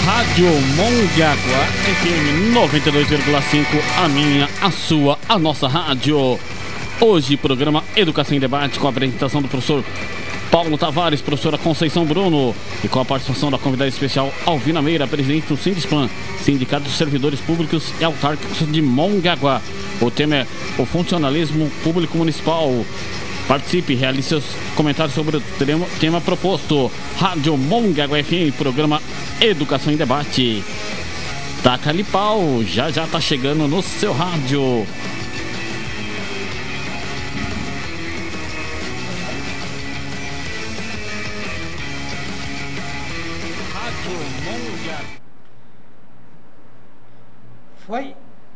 Rádio Mongaguá FM 92,5, a minha, a sua, a nossa rádio. Hoje, programa Educação em Debate, com a apresentação do professor Paulo Tavares, professora Conceição Bruno, e com a participação da convidada especial Alvina Meira, presidente do Sindispan, Sindicato dos Servidores Públicos e Autárquicos de Mongaguá. O tema é o funcionalismo público municipal. Participe, realize seus comentários sobre o tema proposto. Rádio Mongaguá FM, programa Educação em Debate. Taca-lhe pau, já tá chegando no seu rádio. Rádio Mongaguá. Foi?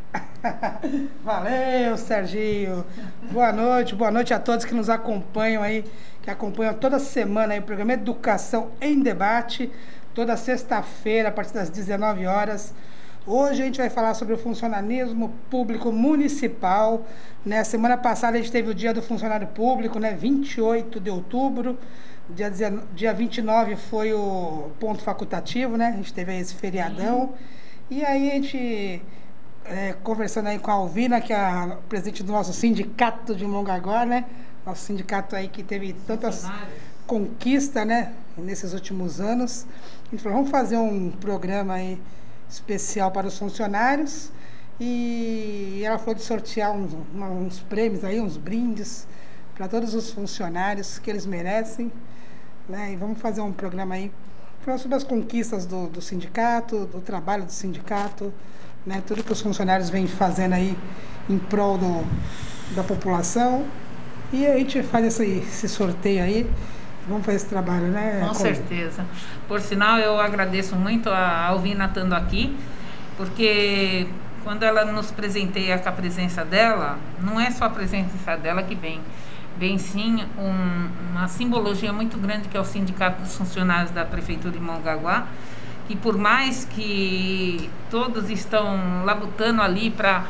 Valeu, Serginho. Boa noite a todos que nos acompanham aí, que acompanham toda semana aí o programa Educação em Debate, toda sexta-feira a partir das 19 horas. Hoje a gente vai falar sobre o funcionalismo público municipal, né? Semana passada a gente teve o Dia do Funcionário Público, né? 28 de outubro, dia 29 foi o ponto facultativo, né? A gente teve aí esse feriadão. E aí a gente... conversando aí com a Alvina, que é a presidente do nosso sindicato de Mongaguá, né? Nosso sindicato aí que teve tantas conquistas, né? Nesses últimos anos. A gente falou, vamos fazer um programa aí especial para os funcionários. E ela falou de sortear uns prêmios aí, uns brindes para todos os funcionários que eles merecem, né? E vamos fazer um programa aí falando sobre as conquistas do sindicato, do trabalho do sindicato, né, tudo que os funcionários vêm fazendo aí em prol da população. E a gente faz esse sorteio aí. Vamos fazer esse trabalho, né? Com certeza. Por sinal, eu agradeço muito a Alvina estando aqui, porque quando ela nos presenteia com a presença dela, não é só a presença dela que vem. Vem sim uma simbologia muito grande, que é o Sindicato dos Funcionários da Prefeitura de Mongaguá, que por mais que todos estão labutando ali para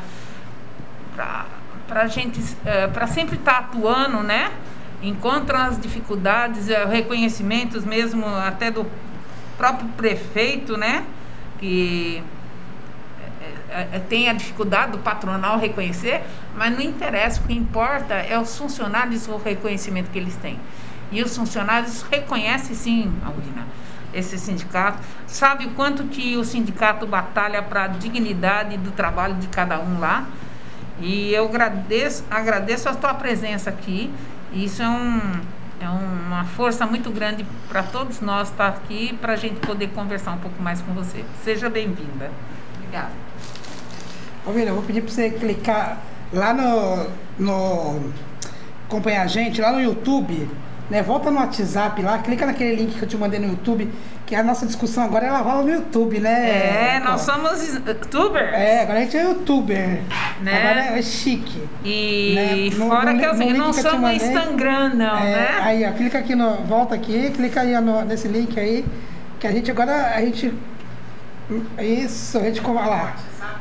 gente, para sempre estar atuando, né? Encontram as dificuldades, reconhecimentos mesmo até do próprio prefeito, né? Que tem a dificuldade do patronal reconhecer, mas não interessa, o que importa é os funcionários, o reconhecimento que eles têm. E os funcionários reconhecem sim, Alvina, esse sindicato, sabe o quanto que o sindicato batalha para a dignidade do trabalho de cada um lá. E eu agradeço a tua presença aqui. Isso é uma força muito grande para todos nós estar aqui, para a gente poder conversar um pouco mais com você. Seja bem-vinda. Obrigada. Alvina, eu vou pedir para você clicar lá no acompanhar a gente lá no YouTube, né? Volta no WhatsApp lá, clica naquele link que eu te mandei no YouTube, que a nossa discussão agora ela rola no YouTube, né? Nós somos youtubers. Agora a gente é youtuber, né? Agora é chique. E né? Fora que eu não somos Instagram, não, né? Aí, ó, clica aqui volta aqui, clica aí nesse link aí, que a gente agora, isso, a gente, olha lá.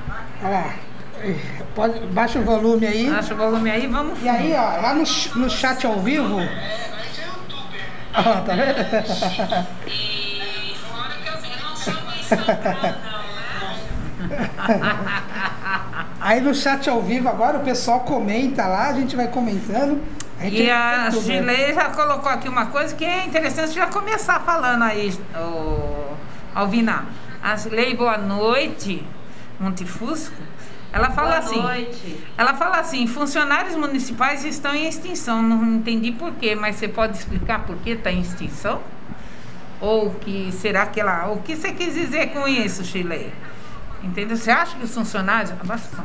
Baixa o volume aí. Baixa o volume aí, vamos. E aí, ó, lá no chat ao vivo. Ó, tá vendo? E fora que eu não sou Instagram, não, né? Aí no chat ao vivo agora o pessoal comenta lá, a gente vai comentando. E a Shirley já colocou aqui uma coisa que é interessante já começar falando aí, Alvina. A Shirley, boa noite. Montefusco, ela fala ela fala assim, funcionários municipais estão em extinção. Não entendi por quê, mas você pode explicar por que está em extinção? Ou que será que o que você quis dizer com isso, Shirley? Entendeu? Você acha que os funcionários,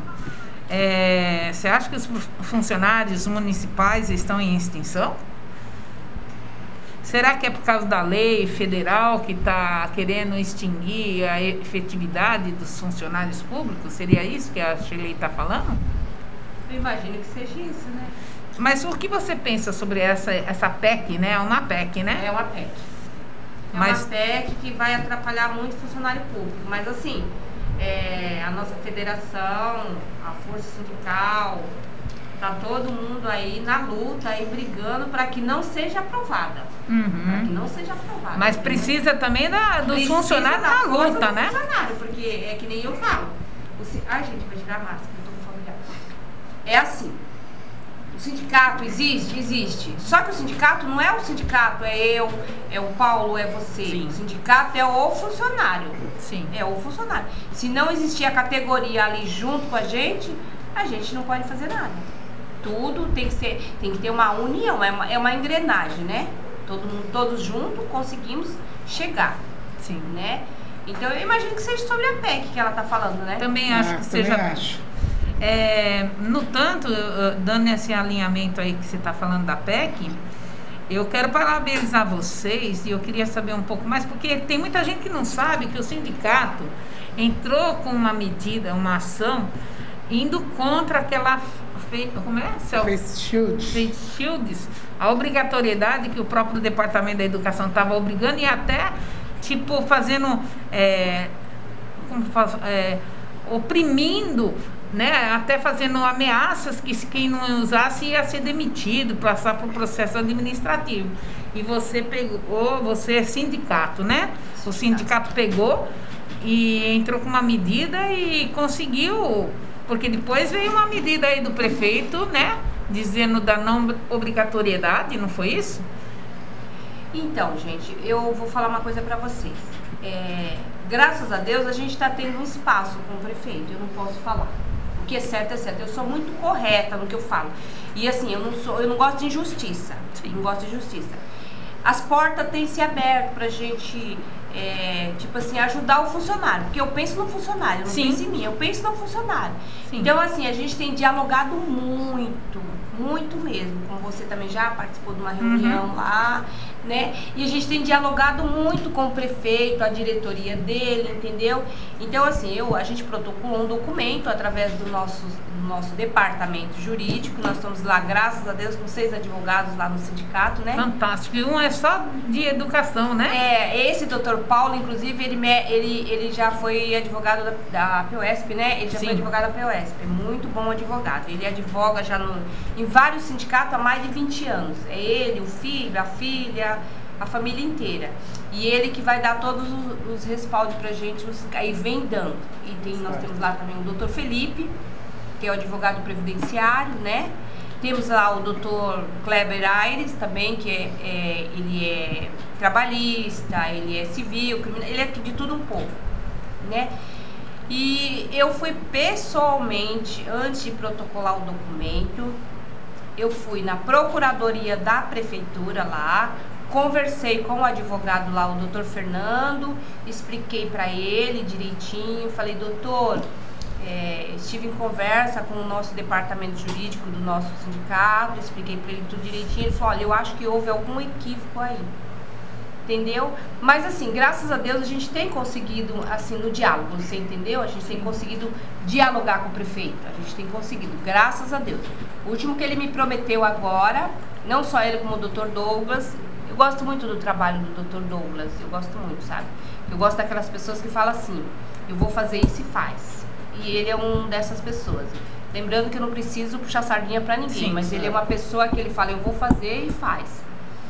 você acha que os funcionários municipais estão em extinção? Será que é por causa da lei federal que está querendo extinguir a efetividade dos funcionários públicos? Seria isso que a Shirley está falando? Eu imagino que seja isso, né? Mas o que você pensa sobre essa PEC, né? É uma PEC, né? É uma PEC. Uma PEC que vai atrapalhar muito o funcionário público. Mas assim, a nossa federação, a força sindical, Tá todo mundo aí na luta, aí brigando para que não seja aprovada. Para que não seja aprovada. Mas precisa também dos funcionários na luta, né? Funcionário, porque é que nem eu falo. Ai, gente, vai tirar a máscara, eu tô com fome de água. É assim. O sindicato existe? Existe. Só que o sindicato não é o sindicato, é eu, é o Paulo, é você. Sim. O sindicato é o funcionário. Sim. É o funcionário. Se não existir a categoria ali junto com a gente não pode fazer nada. Tudo tem que ter uma união, é uma engrenagem, né? Todos juntos conseguimos chegar. Sim. Né? Então eu imagino que seja sobre a PEC que ela está falando, né? Também acho que seja. Acho. No tanto, dando esse alinhamento aí que você está falando da PEC, eu quero parabenizar vocês e eu queria saber um pouco mais, porque tem muita gente que não sabe que o sindicato entrou com uma medida, uma ação, indo contra aquela Face Shields, a obrigatoriedade que o próprio Departamento da Educação estava obrigando e até tipo fazendo oprimindo, né, até fazendo ameaças que quem não usasse ia ser demitido, passar por processo administrativo. E você é sindicato, né? O sindicato pegou e entrou com uma medida e conseguiu, porque depois veio uma medida aí do prefeito, né, dizendo da não obrigatoriedade, não foi isso? Então, gente, eu vou falar uma coisa para vocês. Graças a Deus a gente está tendo um espaço com o prefeito, eu não posso falar. O que é certo é certo, eu sou muito correta no que eu falo. E assim, eu não gosto de injustiça. Sim. Não gosto de injustiça. As portas têm se aberto pra gente, tipo assim, ajudar o funcionário. Porque eu penso no funcionário, eu não penso em mim, eu penso no funcionário. Sim. Então, assim, a gente tem dialogado muito mesmo. Como você também já participou de uma reunião lá, né? E a gente tem dialogado muito com o prefeito, a diretoria dele, entendeu? Então, assim, a gente protocolou um documento através do nosso departamento jurídico. Nós estamos lá, graças a Deus, com 6 advogados lá no sindicato, né? Fantástico. E um é só de educação, né? Esse doutor Paulo, inclusive, ele já foi advogado da POSP, né? Ele já foi advogado da POSP. É muito bom advogado. Ele advoga já em vários sindicatos há mais de 20 anos. É ele, o filho, a filha, a família inteira. E ele que vai dar todos os respaldos pra gente, aí vem dando. E nós temos lá também o doutor Felipe, que é o advogado previdenciário, né? Temos lá o doutor Kleber Aires também, que ele é trabalhista, ele é civil, criminal, ele é de tudo um pouco, né? E eu fui pessoalmente, antes de protocolar o documento, eu fui na procuradoria da prefeitura lá, conversei com o advogado lá, o doutor Fernando, expliquei para ele direitinho, falei, doutor, estive em conversa com o nosso departamento jurídico do nosso sindicato, expliquei para ele tudo direitinho, ele falou, olha, eu acho que houve algum equívoco aí, entendeu? Mas assim, graças a Deus a gente tem conseguido, assim, no diálogo, você entendeu? A gente tem conseguido dialogar com o prefeito, a gente tem conseguido, graças a Deus. O último que ele me prometeu agora, não só ele como o Dr. Douglas, eu gosto muito do trabalho do Dr. Douglas, eu gosto muito, sabe? Eu gosto daquelas pessoas que falam assim, eu vou fazer isso e faz. E ele é um dessas pessoas. Lembrando que eu não preciso puxar sardinha pra ninguém, mas ele é uma pessoa que ele fala, eu vou fazer e faz.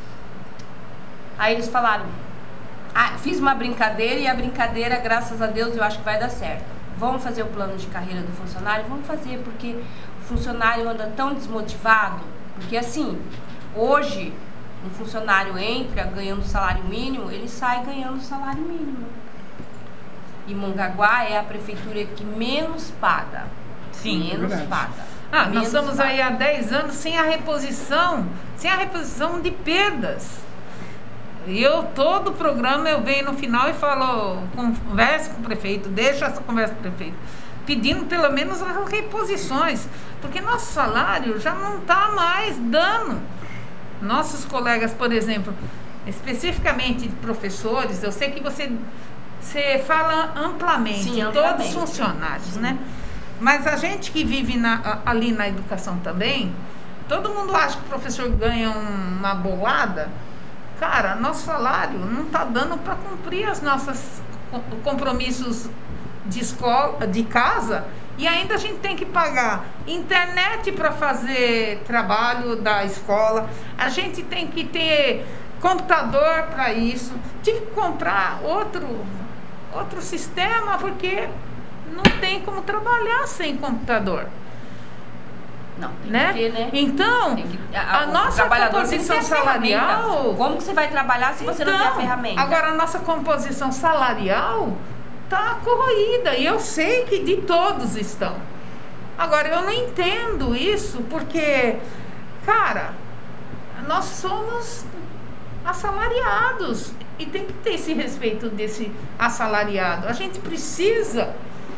Aí eles falaram, fiz uma brincadeira e a brincadeira, graças a Deus, eu acho que vai dar certo. Vamos fazer o plano de carreira do funcionário? Vamos fazer, porque o funcionário anda tão desmotivado, porque assim, hoje, um funcionário entra ganhando salário mínimo, ele sai ganhando salário mínimo. E Mongaguá é a prefeitura que menos paga. Sim, menos paga. Nós estamos aí há 10 anos sem a reposição de perdas. E todo programa eu venho no final e falo, conversa com o prefeito, deixa essa conversa com o prefeito, pedindo pelo menos as reposições, porque nosso salário já não está mais dando. Nossos colegas, por exemplo, especificamente professores, eu sei que você fala amplamente, todos os funcionários, né? Mas a gente que vive ali na educação também, todo mundo acha que o professor ganha uma bolada. Cara, nosso salário não está dando para cumprir os nossos compromissos de escola, de casa E ainda a gente tem que pagar internet para fazer trabalho da escola. A gente tem que ter computador para isso. Tive que comprar outro sistema porque não tem como trabalhar sem computador. Não, tem né? que ter, né? Então, a nossa composição salarial... Como que você vai trabalhar se você não tem a ferramenta? Agora, a nossa composição salarial está corroída. E eu sei que de todos estão. Agora, eu não entendo isso porque, cara, nós somos assalariados. E tem que ter esse respeito desse assalariado. A gente precisa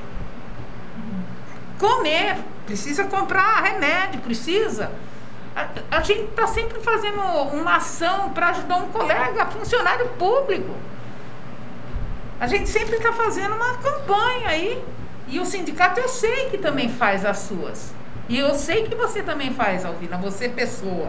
comer, precisa comprar remédio, precisa. A gente está sempre fazendo uma ação para ajudar um colega, funcionário público. A gente sempre está fazendo uma campanha aí. E o sindicato eu sei que também faz as suas. E eu sei que você também faz, Alvina, você pessoa.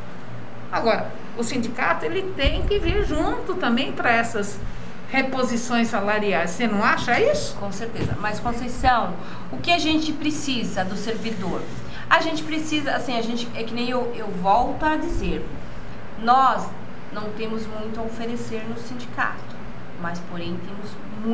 Agora, o sindicato ele tem que vir junto também para essas reposições salariais. Você não acha isso? Com certeza. Mas, Conceição, o que a gente precisa do servidor? A gente precisa, assim, é que nem eu volto a dizer, nós não temos muito a oferecer no sindicato, mas, porém, temos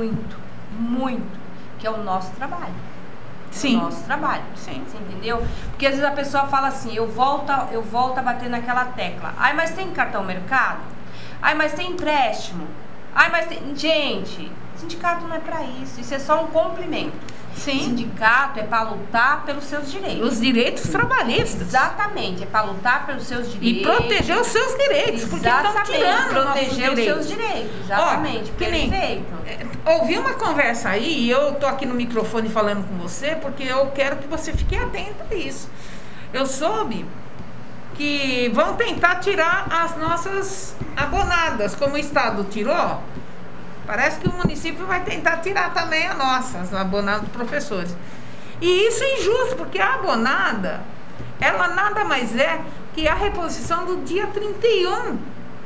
muito, que é o nosso trabalho. Sim. O nosso trabalho. Sim. Você entendeu? Porque às vezes a pessoa fala assim, eu volto a bater naquela tecla. Ai, mas tem cartão mercado? Ai, mas tem empréstimo? Ai, mas tem... Gente, sindicato não é pra isso é só um complemento. Sim. Sindicato é para lutar pelos seus direitos. Os direitos trabalhistas. Exatamente, é para lutar pelos seus direitos. E proteger os seus direitos. Porque estão tirando proteger os seus direitos. Exatamente, perfeito. Ouvi uma conversa aí, e eu tô aqui no microfone falando com você, porque eu quero que você fique atento a isso. Eu soube que vão tentar tirar as nossas abonadas, como o Estado tirou. Parece que o município vai tentar tirar também a nossa, as abonadas dos professores. E isso é injusto, porque a abonada, ela nada mais é que a reposição do dia 31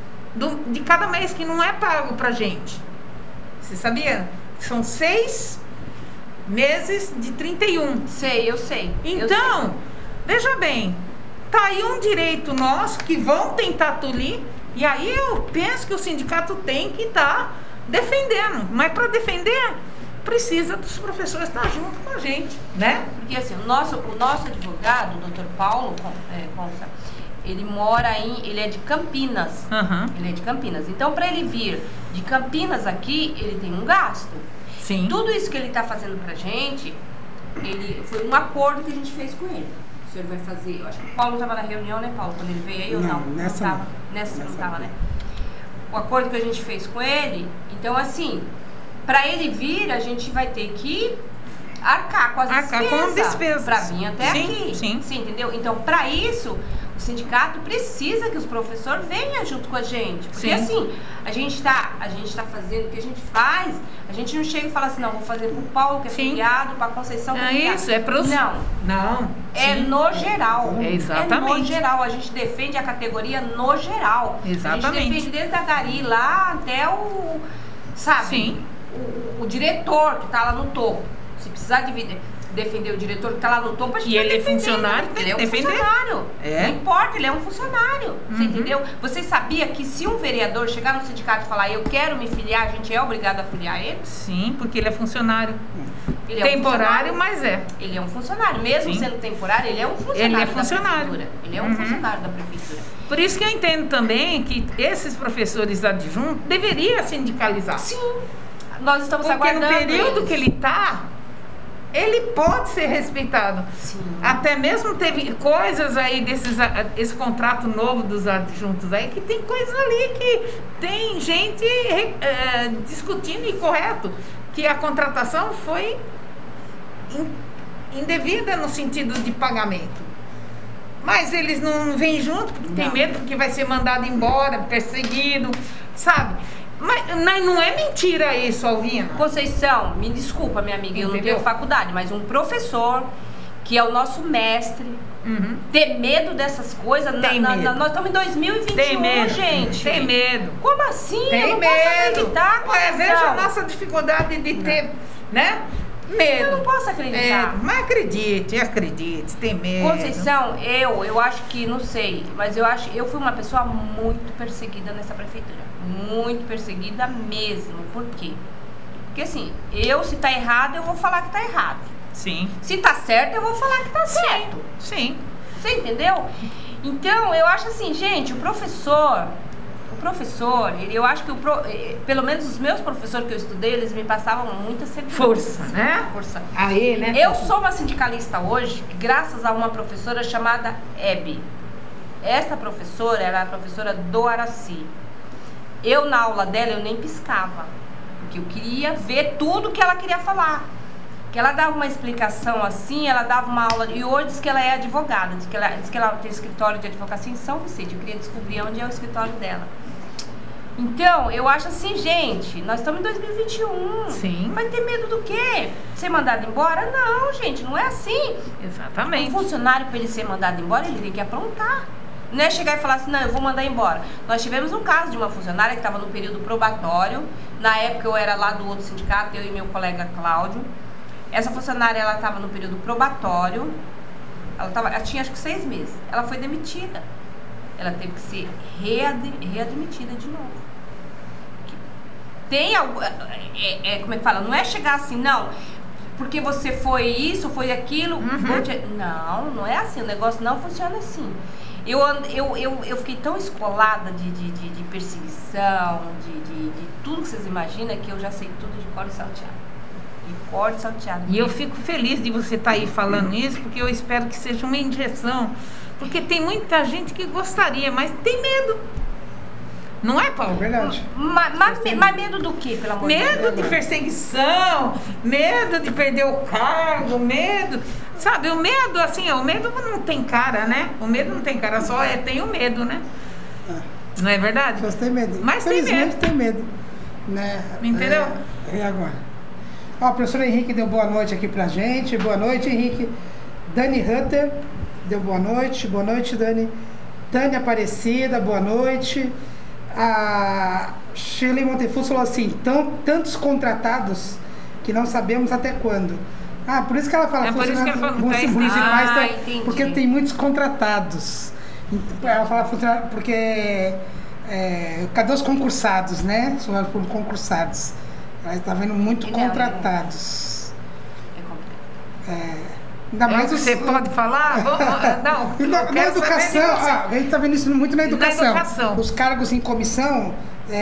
de cada mês, que não é pago pra gente. Você sabia? São 6 meses de 31. Sei, eu sei. Então, veja bem, tá aí um direito nosso que vão tentar tolir, e aí eu penso que o sindicato tem que estar defendendo, mas para defender precisa dos professores estar junto com a gente, né? Porque assim, o nosso advogado, o Dr. Paulo Consa, ele é de Campinas. Ele é de Campinas. Então, para ele vir de Campinas aqui, ele tem um gasto. Sim. Tudo isso que ele está fazendo pra gente, foi um acordo que a gente fez com ele. O senhor vai fazer... Eu acho que o Paulo estava na reunião, né, Paulo? Quando ele veio aí ou não? Nessa não. Nessa não estava, né? O acordo que a gente fez com ele, então assim, para ele vir, a gente vai ter que arcar com as despesas para vir até aqui. Sim. Você entendeu? Então, para isso, o sindicato precisa que os professores venham junto com a gente. Porque assim, a gente está fazendo o que a gente faz, a gente não chega e fala assim, não, vou fazer pro Paulo, que é filiado, pra Conceição, que é filiado. Isso, é pros... Não. É no geral. É exatamente. É no geral. A gente defende a categoria no geral. Exatamente. A gente defende desde a Gari lá até o... Sabe? Sim. O diretor que tá lá no topo. Se precisar defender o diretor que tá lá no topo, a gente vai defender. Funcionário, ele é um funcionário. É. Não importa, ele é um funcionário. Você entendeu? Você sabia que se um vereador chegar no sindicato e falar, eu quero me filiar, a gente é obrigado a filiar ele? Sim, porque ele é funcionário. Ele é temporário, mas é. Ele é um funcionário. Mesmo sendo temporário, ele é um funcionário. Ele é funcionário. Da prefeitura. Ele é um funcionário da prefeitura. Por isso que eu entendo também que esses professores adjuntos deveriam sindicalizar. Sim. Nós estamos porque aguardando no período eles. que ele está, ele pode ser respeitado. Sim. Até mesmo teve coisas aí esse contrato novo dos adjuntos aí, que tem coisas ali que tem gente discutindo e correto, que a contratação foi indevida no sentido de pagamento. Mas eles não vêm junto porque tem medo, porque vai ser mandado embora, perseguido, sabe? Mas não é mentira isso, Alvina. Conceição, me desculpa, minha amiga, eu não tenho faculdade, mas um professor que é o nosso mestre, ter medo dessas coisas, nós estamos em 2021, tem medo, gente. Tem medo. Como assim? Tem eu não medo. posso acreditar, Conceição. Veja a nossa dificuldade de ter, né? Medo. Eu não posso acreditar. Mas acredite, tem medo. Conceição, eu acho que, não sei, mas eu fui uma pessoa muito perseguida nessa prefeitura. Muito perseguida mesmo. Por quê? Porque assim, se tá errado, eu vou falar que tá errado. Sim. Se tá certo, eu vou falar que tá certo. Sim. Você entendeu? Então, eu acho assim, gente, o professor, eu acho que pelo menos os meus professores que eu estudei, eles me passavam muita segurança. Força, né? Força. Aí, né? Eu sou uma sindicalista hoje, graças a uma professora chamada Hebe. Essa professora era a professora do Araci. Eu, na aula dela, eu nem piscava, porque eu queria ver tudo que ela queria falar. Que ela dava uma explicação assim, ela dava uma aula, e hoje diz que ela é advogada, diz que ela tem escritório de advocacia em São Vicente. Eu queria descobrir onde é o escritório dela. Então, eu acho assim, gente, nós estamos em 2021. Sim. Vai ter medo do quê? Ser mandado embora? Não, gente, não é assim. Exatamente. Um funcionário, para ele ser mandado embora, ele tem que aprontar. Não é chegar e falar assim, não, eu vou mandar embora. Nós tivemos um caso de uma funcionária que estava no período probatório. Na época eu era lá do outro sindicato, eu e meu colega Cláudio. Essa funcionária, ela estava no período probatório, ela tinha acho que 6 meses, ela foi demitida, ela teve que ser readmitida de novo. Tem algo, como é que fala, não é chegar assim, não, porque você foi isso, foi aquilo, não é assim, o negócio não funciona assim. Eu fiquei tão escolada de perseguição, de tudo que vocês imaginam, que eu já sei tudo de cor e salteado. E eu fico feliz de você estar aí falando isso, porque eu espero que seja uma injeção, porque tem muita gente que gostaria, mas tem medo. Não é, Paulo? É verdade. Mas medo do quê, pelo amor de Deus? Medo de perseguição, medo de perder o cargo, medo... Sabe, o medo, assim, o medo não tem cara, né? O medo não tem cara, só tem o medo, né? Não é verdade? As pessoas têm medo. Mas tem Infelizmente medo. tem medo. Né? Entendeu? E agora? Ó, o professor Henrique deu boa noite aqui pra gente. Boa noite, Henrique. Dani Hunter deu boa noite. Boa noite, Dani. Tânia Aparecida, boa noite. A Shirley Montefuso falou assim, tantos contratados que não sabemos até quando. Ah, por isso que ela fala por isso que ela fala municipais, entendi. porque tem muitos contratados. Ela fala porque cadê os concursados, né? São por concursados. Mas tá vendo muito contratados. É complicado. Ainda mais você pode falar? Na educação, a gente tá vendo isso muito na educação. Na educação. Os cargos em comissão,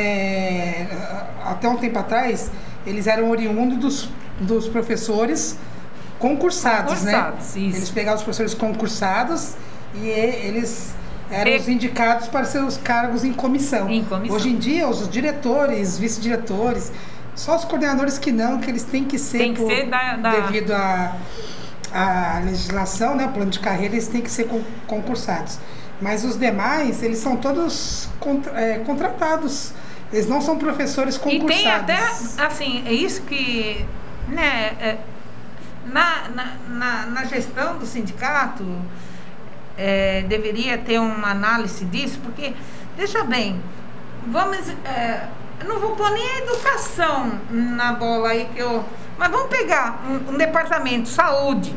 até um tempo atrás, eles eram oriundos dos professores concursados, né? Isso. Eles pegavam os professores concursados e eles eram os indicados para ser os cargos em comissão. Hoje em dia, os diretores, vice-diretores, só os coordenadores que eles têm que ser, devido à legislação, né, o plano de carreira, eles têm que ser concursados. Mas os demais, eles são todos contratados. Eles não são professores concursados. E tem até, assim, é isso que, né, na gestão do sindicato, deveria ter uma análise disso, porque, deixa bem, eu não vou pôr nem a educação na bola aí, mas vamos pegar um departamento, saúde.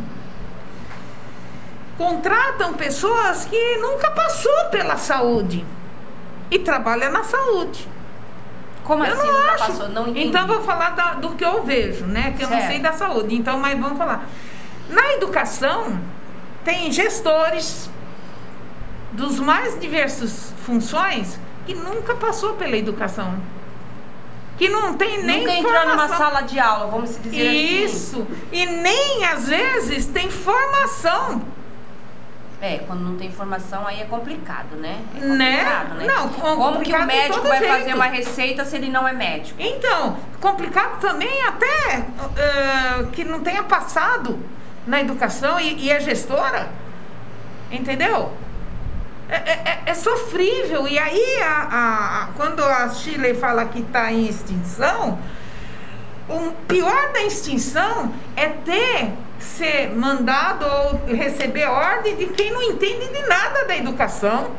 Contratam pessoas que nunca passou pela saúde e trabalham na saúde. Como eu assim não nunca acho. Passou? Não entendi. Então vou falar do que eu vejo, né? Que eu não sei da saúde. Então, mas vamos falar. Na educação, tem gestores dos mais diversas funções que nunca passou pela educação. Que não tem nem nunca entrou numa sala de aula, vamos dizer assim. Isso. E nem, às vezes, tem formação. Quando não tem formação, aí é complicado, né? Né? Não, como que o médico vai fazer uma receita se ele não é médico? Então, complicado também até que não tenha passado na educação e é gestora. Entendeu? É sofrível. E aí, quando a Shirley fala que está em extinção, o pior da extinção é ser mandado ou receber ordem de quem não entende de nada da educação.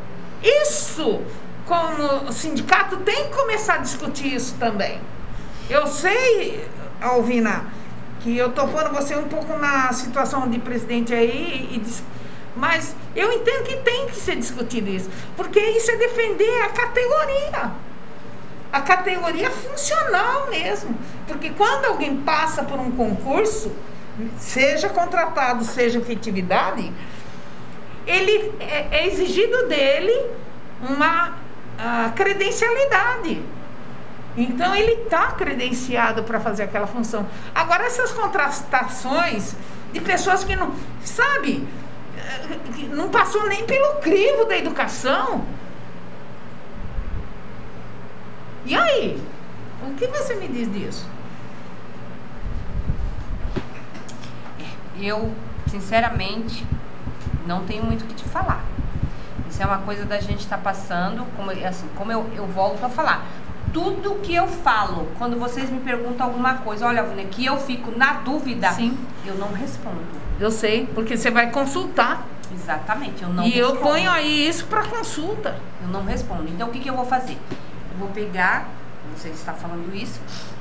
Isso, como o sindicato, tem que começar a discutir isso também. Eu sei, Alvina, que eu tô pondo você um pouco na situação de presidente aí, mas eu entendo que tem que ser discutido isso, porque isso é defender a categoria funcional mesmo, porque quando alguém passa por um concurso, seja contratado, seja efetividade, ele é exigido dele uma credencialidade. Então ele está credenciado para fazer aquela função. Agora essas contratações de pessoas que não, sabe, que não passou nem pelo crivo da educação. E aí? O que você me diz disso? Eu, sinceramente, não tenho muito o que te falar. Isso é uma coisa da gente estar passando, como eu volto a falar. Tudo que eu falo, quando vocês me perguntam alguma coisa, olha, Alvina, que eu fico na dúvida, sim, eu não respondo. Eu sei, porque você vai consultar. Exatamente, eu não respondo. E eu ponho aí isso para consulta. Eu não respondo. Então, o que eu vou fazer? Eu vou pegar, você está falando isso,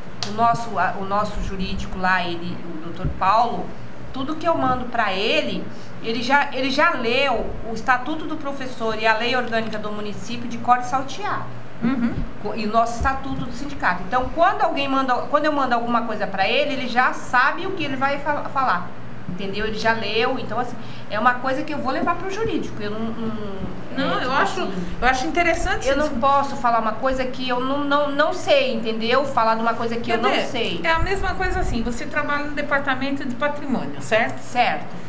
o nosso jurídico lá, o doutor Paulo, tudo que eu mando para ele já leu o Estatuto do Professor e a Lei Orgânica do Município de cor e salteado. Uhum. E o nosso Estatuto do Sindicato. Então, quando eu mando alguma coisa para ele já sabe o que ele vai falar. Entendeu? Ele já leu. Então, assim, é uma coisa que eu vou levar para o jurídico. Eu eu acho interessante. Eu não posso falar uma coisa que eu não sei, entendeu? Falar de uma coisa que eu não sei. É a mesma coisa assim. Você trabalha no departamento de patrimônio, certo? Certo.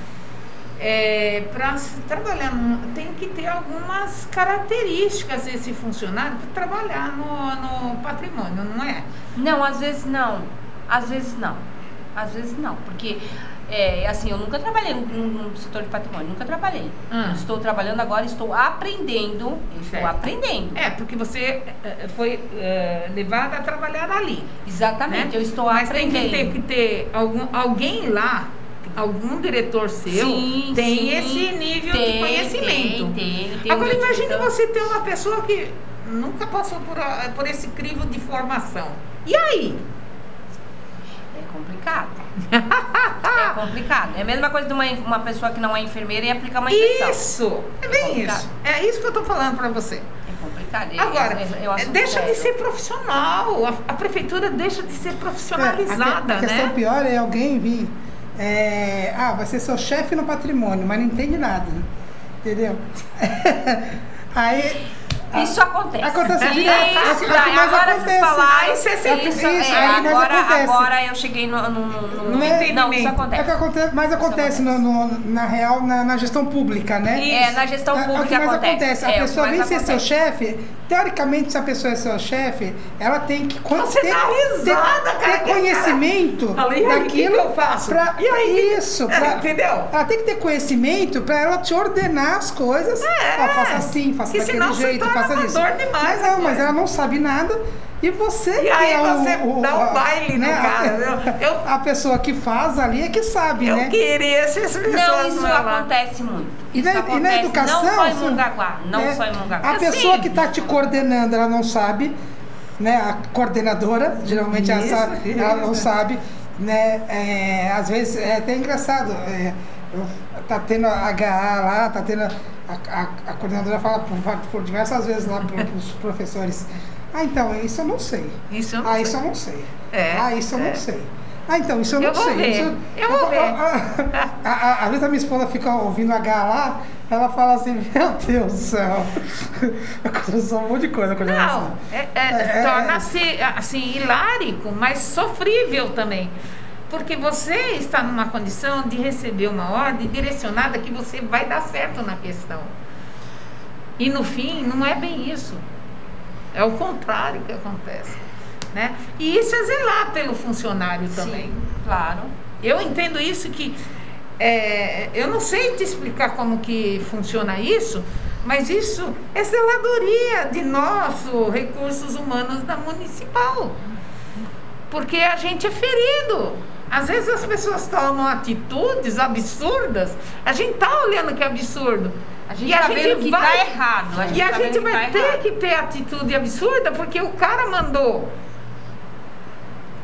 Para trabalhar, tem que ter algumas características esse funcionário para trabalhar no patrimônio, não é? Não, às vezes não. Às vezes não. Às vezes não, porque assim, eu nunca trabalhei no setor de patrimônio, nunca trabalhei. Estou trabalhando agora, estou aprendendo. Estou aprendendo. Porque você foi levada a trabalhar ali. Exatamente, né? Eu estou aprendendo. Mas tem que ter alguém lá, algum diretor seu, tem esse nível de conhecimento. Tem agora imagine você ter uma pessoa que nunca passou por esse crivo de formação. E aí? É complicado. É complicado. É a mesma coisa de uma pessoa que não é enfermeira e aplicar uma injeção. Isso! É bem isso. É isso que eu tô falando pra você. É complicado. Agora, deixa de ser profissional. A prefeitura deixa de ser profissionalizada, a questão pior é alguém vir... vai ser seu chefe no patrimônio, mas não entende nada. Entendeu? Aí... Isso acontece. Acontece agora vocês falaram, agora eu cheguei no entendimento. Não, isso acontece. Mas acontece na real, na gestão pública, né? Na gestão pública o que mais acontece. A pessoa vem ser seu chefe, teoricamente, se a pessoa é seu chefe, ela tem que ter conhecimento daquilo. Que eu faço? E aí? Isso. Entendeu? Ela tem que ter conhecimento para ela te ordenar as coisas. Faça assim, faça daquele jeito. Mas ela não sabe nada e você e aí você dá um baile, né? A pessoa que faz ali é que sabe, né? Eu queria essas pessoas. Não, isso acontece muito. E na educação, não só em Mongaguá, só em Mongaguá. A pessoa que está te coordenando, ela não sabe, né? A coordenadora, geralmente ela não sabe, né? Às vezes é até engraçado. Tá tendo a HA lá, tá tendo a coordenadora fala por diversas vezes lá para os professores. Então, isso eu não sei. Isso eu não sei. Isso eu não sei. Isso eu não sei. Então, isso eu não sei. Eu vou ver. Às vezes a minha esposa fica ouvindo H lá, ela fala assim, meu Deus do céu. Aconteceu um monte de coisa com a Não, torna-se assim, hilárico, mas sofrível também. Porque você está numa condição de receber uma ordem direcionada que você vai dar certo na questão. E no fim, não é bem isso. É o contrário que acontece. Né? E isso é zelar pelo funcionário também. Sim, claro. Eu entendo isso que... eu não sei te explicar como que funciona isso, mas isso é zeladoria de nossos recursos humanos da municipal. Porque a gente é ferido. Às vezes as pessoas tomam atitudes absurdas, a gente tá olhando que é absurdo. A gente tá vendo que tá errado. E a gente vai ter que ter atitude absurda porque o cara mandou.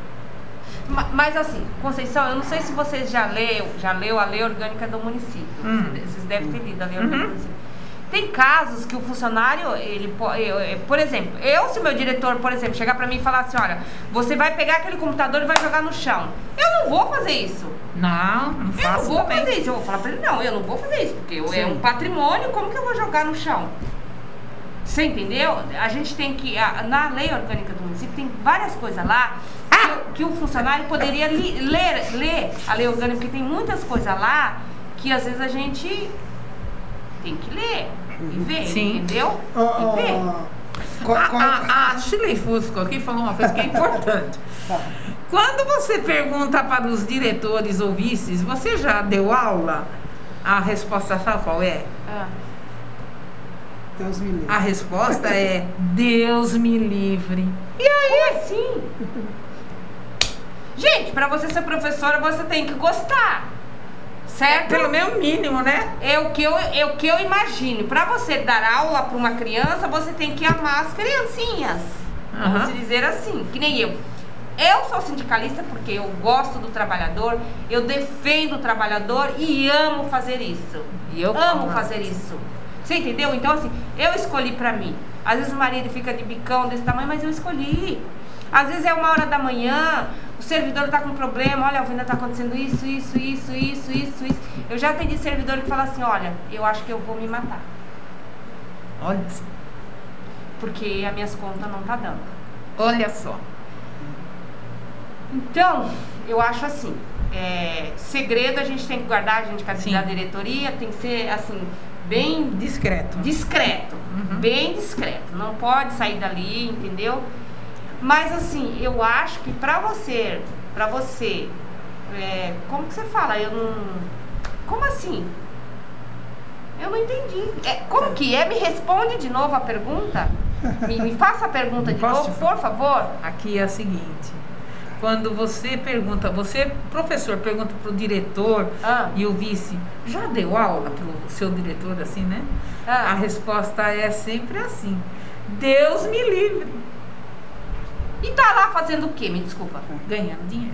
Mas assim, Conceição, eu não sei se vocês já leu a lei orgânica do município. Vocês devem ter lido a lei orgânica do município. Tem casos que o funcionário, por exemplo, se o meu diretor, por exemplo, chegar pra mim e falar assim, olha, você vai pegar aquele computador e vai jogar no chão. Eu não vou fazer isso. Não faço. Eu não vou também. fazer isso. Eu vou falar pra ele, não, eu não vou fazer isso, porque é um patrimônio, como que eu vou jogar no chão? Você entendeu? A gente tem que, na lei orgânica do município, tem várias coisas lá que o funcionário poderia ler a lei orgânica, porque tem muitas coisas lá que às vezes a gente tem que ler e ver, entendeu? E ver. A Shirley Fusco aqui falou uma coisa que é importante. Quando você pergunta para os diretores ou vices, você já deu aula? A resposta sabe qual é? Deus me livre. A resposta é Deus me livre. E aí? Como assim? Gente, para você ser professora, você tem que gostar. Certo? Pelo menos mínimo, né? É o que eu imagino. Para você dar aula para uma criança, você tem que amar as criancinhas. Vamos se dizer assim, que nem eu. Eu sou sindicalista porque eu gosto do trabalhador, eu defendo o trabalhador e amo fazer isso. Amo fazer isso. Você entendeu? Então, assim, eu escolhi pra mim. Às vezes o marido fica de bicão desse tamanho, mas eu escolhi. Às vezes é 1h da manhã, o servidor tá com problema, olha, Alvina, tá acontecendo isso. Eu já atendi servidor que fala assim, olha, eu acho que eu vou me matar. Olha. Porque as minhas contas não tá dando. Olha só. Então, eu acho assim, segredo a gente tem que guardar, a gente da diretoria tem que ser assim, bem discreto. Bem discreto, não pode sair dali, entendeu? Mas assim, eu acho que pra você, como que você fala? Como assim? Eu não entendi. Como que é? Me responde de novo a pergunta. Me faça a pergunta de novo, por favor. Aqui é a seguinte. Quando você pergunta, professor, pergunta pro diretor e o vice, já deu aula pro seu diretor assim, né? A resposta é sempre assim, Deus me livre. E tá lá fazendo o quê? Me desculpa. Ganhando dinheiro.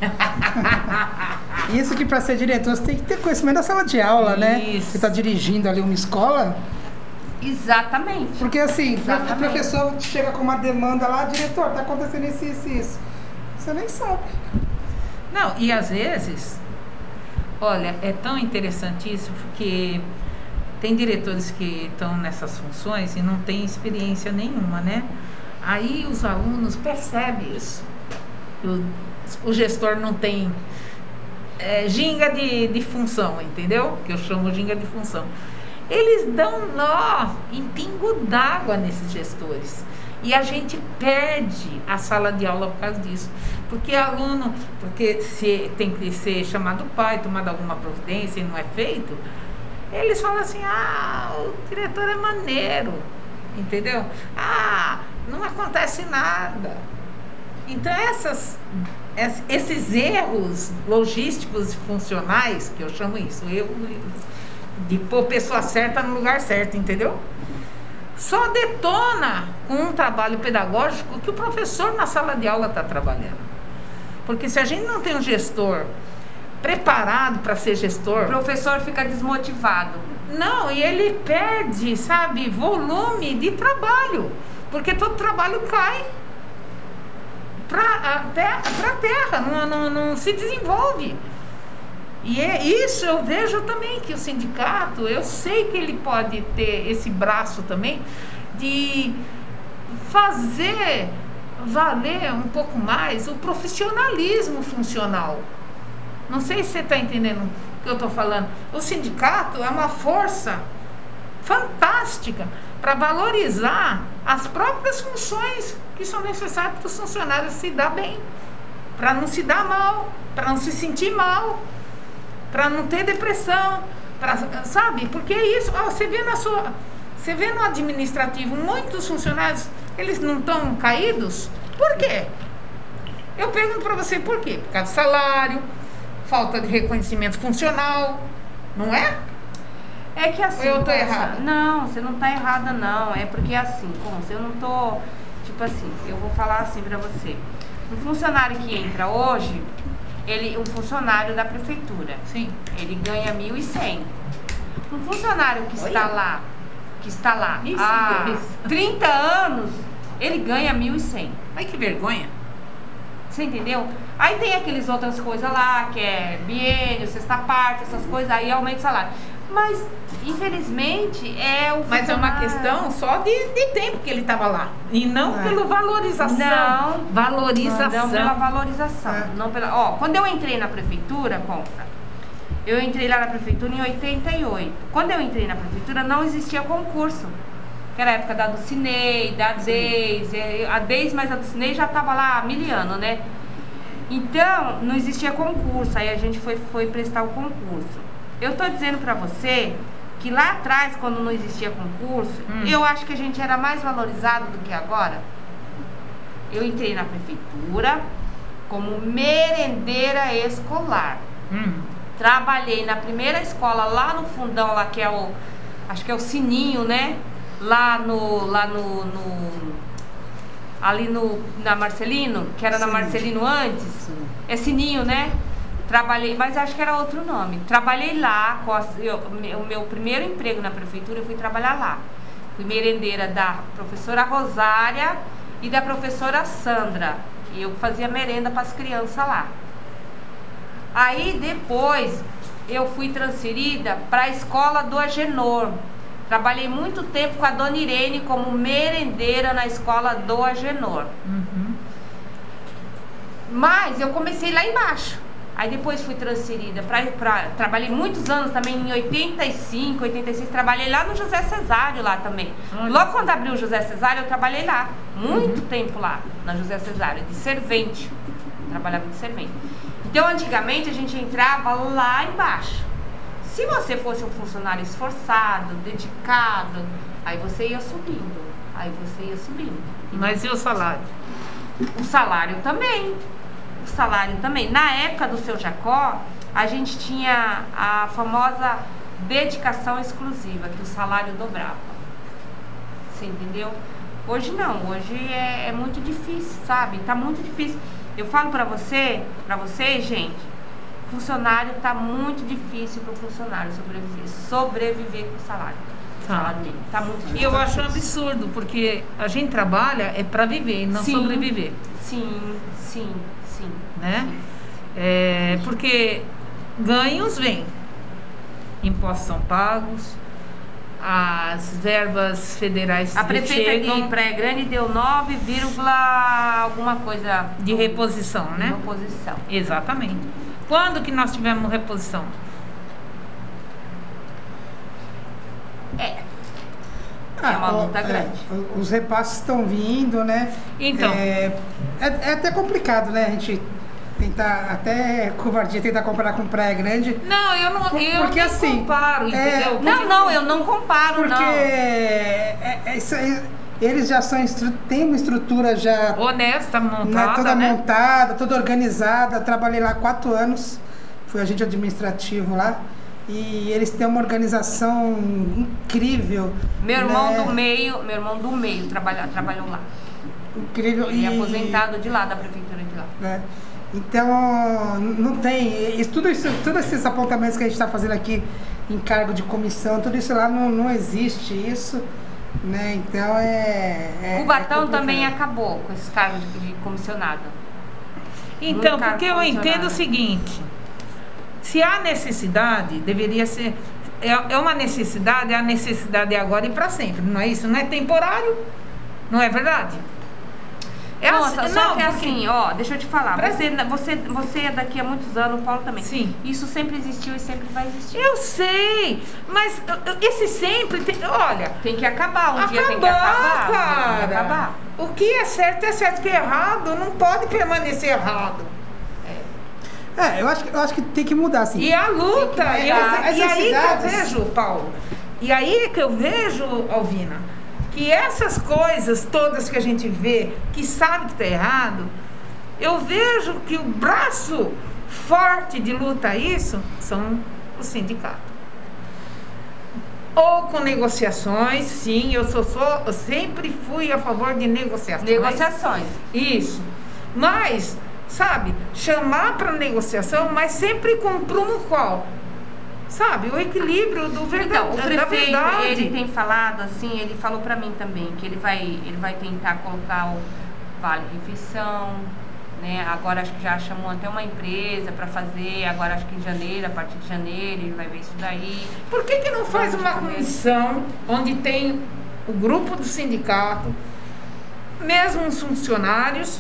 Isso que para ser diretor você tem que ter conhecimento da sala de aula, né? Você tá dirigindo ali uma escola. Exatamente. Porque assim, o professor chega com uma demanda lá, diretor, tá acontecendo isso. Você nem sabe. Não, e às vezes, olha, é tão interessante isso, porque tem diretores que estão nessas funções e não têm experiência nenhuma, né? Aí os alunos percebem isso. O gestor não tem ginga de função, entendeu? Que eu chamo ginga de função. Eles dão nó em pingo d'água nesses gestores. E a gente perde a sala de aula por causa disso. Porque se tem que ser chamado pai, tomado alguma providência e não é feito, eles falam assim, o diretor é maneiro, entendeu? Não acontece nada. Então esses erros logísticos e funcionais, que eu chamo isso, erro de pôr pessoa certa no lugar certo, entendeu? Só detona com um trabalho pedagógico que o professor na sala de aula está trabalhando. Porque se a gente não tem um gestor preparado para ser gestor... O professor fica desmotivado. Não, e ele perde, sabe, volume de trabalho. Porque todo trabalho cai para a terra, não se desenvolve. E isso eu vejo também que o sindicato, eu sei que ele pode ter esse braço também de fazer valer um pouco mais o profissionalismo funcional. Não sei se você está entendendo o que eu estou falando. O sindicato é uma força fantástica para valorizar as próprias funções que são necessárias para os funcionários se dar bem, para não se dar mal, para não se sentir mal, para não ter depressão, sabe? Porque é isso. Você vê no administrativo, muitos funcionários, eles não estão caídos. Por quê? Eu pergunto para você por quê? Por causa do salário, falta de reconhecimento funcional, não é? É que assim... Eu tô errada? Não, você não tá errada, não. É porque assim, eu não tô tipo assim, eu vou falar assim pra você. Um funcionário que entra hoje, um funcionário da prefeitura, Sim. ele ganha 1.100. Um funcionário que está lá Isso, há Deus. 30 anos, ele ganha 1.100. Ai, que vergonha. Você entendeu? Aí tem aqueles outras coisas lá, que é biênio, sexta parte, essas coisas, aí aumenta o salário. Mas, infelizmente, é o Mas é uma funcionário- questão só de tempo que ele estava lá. E não pela valorização. Não. Valorização. Não pela valorização. Não pela... Ó, quando eu entrei na prefeitura, eu entrei lá na prefeitura em 88. Quando eu entrei na prefeitura, não existia concurso. Que era a época da Dulcinei, da Deise. A Deise, mas a Dulcinei já estava lá há 1000 anos, né? Então, não existia concurso. Aí a gente foi prestar o concurso. Eu tô dizendo pra você que lá atrás, quando não existia concurso, eu acho que a gente era mais valorizado do que agora. Eu entrei na prefeitura como merendeira escolar. Trabalhei na primeira escola lá no fundão, lá que é o... Acho que é o Sininho, né? Ali na Marcelino, que era na Marcelino antes. É Sininho, né? Trabalhei, mas acho que era outro nome. Trabalhei lá, o meu primeiro emprego na prefeitura, eu fui trabalhar lá. Fui merendeira da professora Rosária e da professora Sandra. E eu fazia merenda para as crianças lá. Aí depois eu fui transferida para a escola do Agenor. Trabalhei muito tempo com a dona Irene como merendeira na escola do Agenor. Mas eu comecei lá embaixo. Aí depois fui transferida trabalhei muitos anos também, em 85, 86, trabalhei lá no José Cesário lá também. Logo quando abriu o José Cesário, eu trabalhei lá. Muito tempo lá, na José Cesário, de servente. Trabalhava de servente. Então, antigamente, a gente entrava lá embaixo. Se você fosse um funcionário esforçado, dedicado, aí você ia subindo. Mas e o salário? O salário também. Na época do seu Jacó, a gente tinha a famosa dedicação exclusiva, que o salário dobrava. Você entendeu? Hoje não, hoje é muito difícil, sabe? Tá muito difícil. Eu falo pra vocês, gente, funcionário tá muito difícil pro funcionário sobreviver com o salário. Salário dele. Tá muito difícil. E eu acho um absurdo, porque a gente trabalha é para viver, não sobreviver. Sim. Né? É, porque ganhos vêm, impostos são pagos, as verbas federais a prefeita chegam de Praia Grande deu 9, alguma coisa de reposição, né? Reposição. Exatamente. Quando que nós tivemos reposição? É uma luta grande. Os repasses estão vindo, né? Então. É até complicado, né? A gente tentar, até covardia, tentar comparar com Praia Grande. Não, eu não porque, assim, comparo, entendeu? Não, eu não comparo, porque eles já têm uma estrutura já honesta, montada, toda né? montada, toda organizada. Trabalhei lá 4 anos, fui agente administrativo lá. E eles têm uma organização incrível. Meu irmão do meio trabalhou lá. Incrível. Ele é aposentado de lá, da prefeitura de lá. Né? Então, não tem... Todos esses apontamentos que a gente está fazendo aqui em cargo de comissão, tudo isso lá não existe isso. Né? Então, Cubatão também acabou com esses cargos de comissionado. Então, porque eu entendo o seguinte... Se há necessidade, deveria ser... É uma necessidade, a necessidade é agora e para sempre, não é isso? Não é temporário, não é verdade? Assim, ó, deixa eu te falar, você é daqui a muitos anos, o Paulo também. Sim. Isso sempre existiu e sempre vai existir. Eu sei, mas esse sempre, olha... Tem que acabar, dia tem que acabar. Cara. Tem que acabar. O que é certo, o que é errado não pode permanecer errado. Eu acho que tem que mudar, assim. E a luta, e aí que eu vejo, Paulo, e aí que eu vejo, Alvina, que essas coisas todas que a gente vê, que sabe que está errado, eu vejo que o braço forte de luta a isso são os sindicatos. ou com negociações, sim, eu sempre fui a favor de negociações. Negociações. Isso. Mas, sabe, chamar para negociação, mas sempre com um prumo qual? Sabe, o equilíbrio do Então, o da prefeito, verdade. ele tem falado assim, ele falou para mim também, que ele vai tentar colocar o vale-refeição, né? Agora acho que já chamou até uma empresa para fazer, agora acho que em janeiro, a partir de janeiro, ele vai ver isso daí. Por que não faz uma comissão onde tem o grupo do sindicato, mesmo os funcionários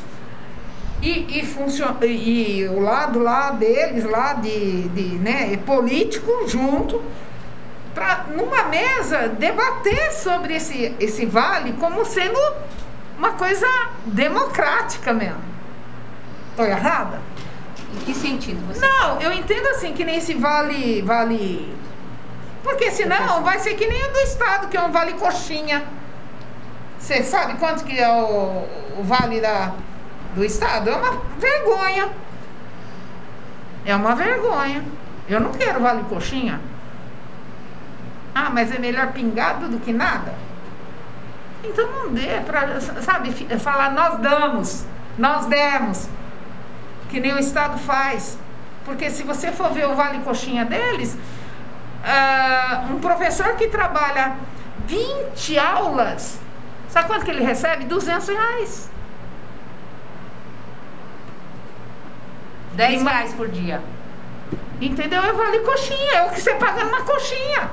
e o lado lá deles, lá né, político junto, para numa mesa debater sobre esse vale como sendo uma coisa democrática mesmo. Estou errada? Em que sentido você Não, eu entendo assim, que nem esse vale... Porque senão vai ser que nem o do estado, que é um vale coxinha. Você sabe quanto que é o vale do estado? É uma vergonha. É uma vergonha. Eu não quero vale coxinha. Ah, mas é melhor pingado do que nada? Então não dê pra, sabe, falar nós demos. Que nem o estado faz. Porque se você for ver o vale coxinha deles, um professor que trabalha 20 aulas, sabe quanto que ele recebe? R$200. R$10 por dia. Entendeu? É vale coxinha, é o que você paga numa coxinha.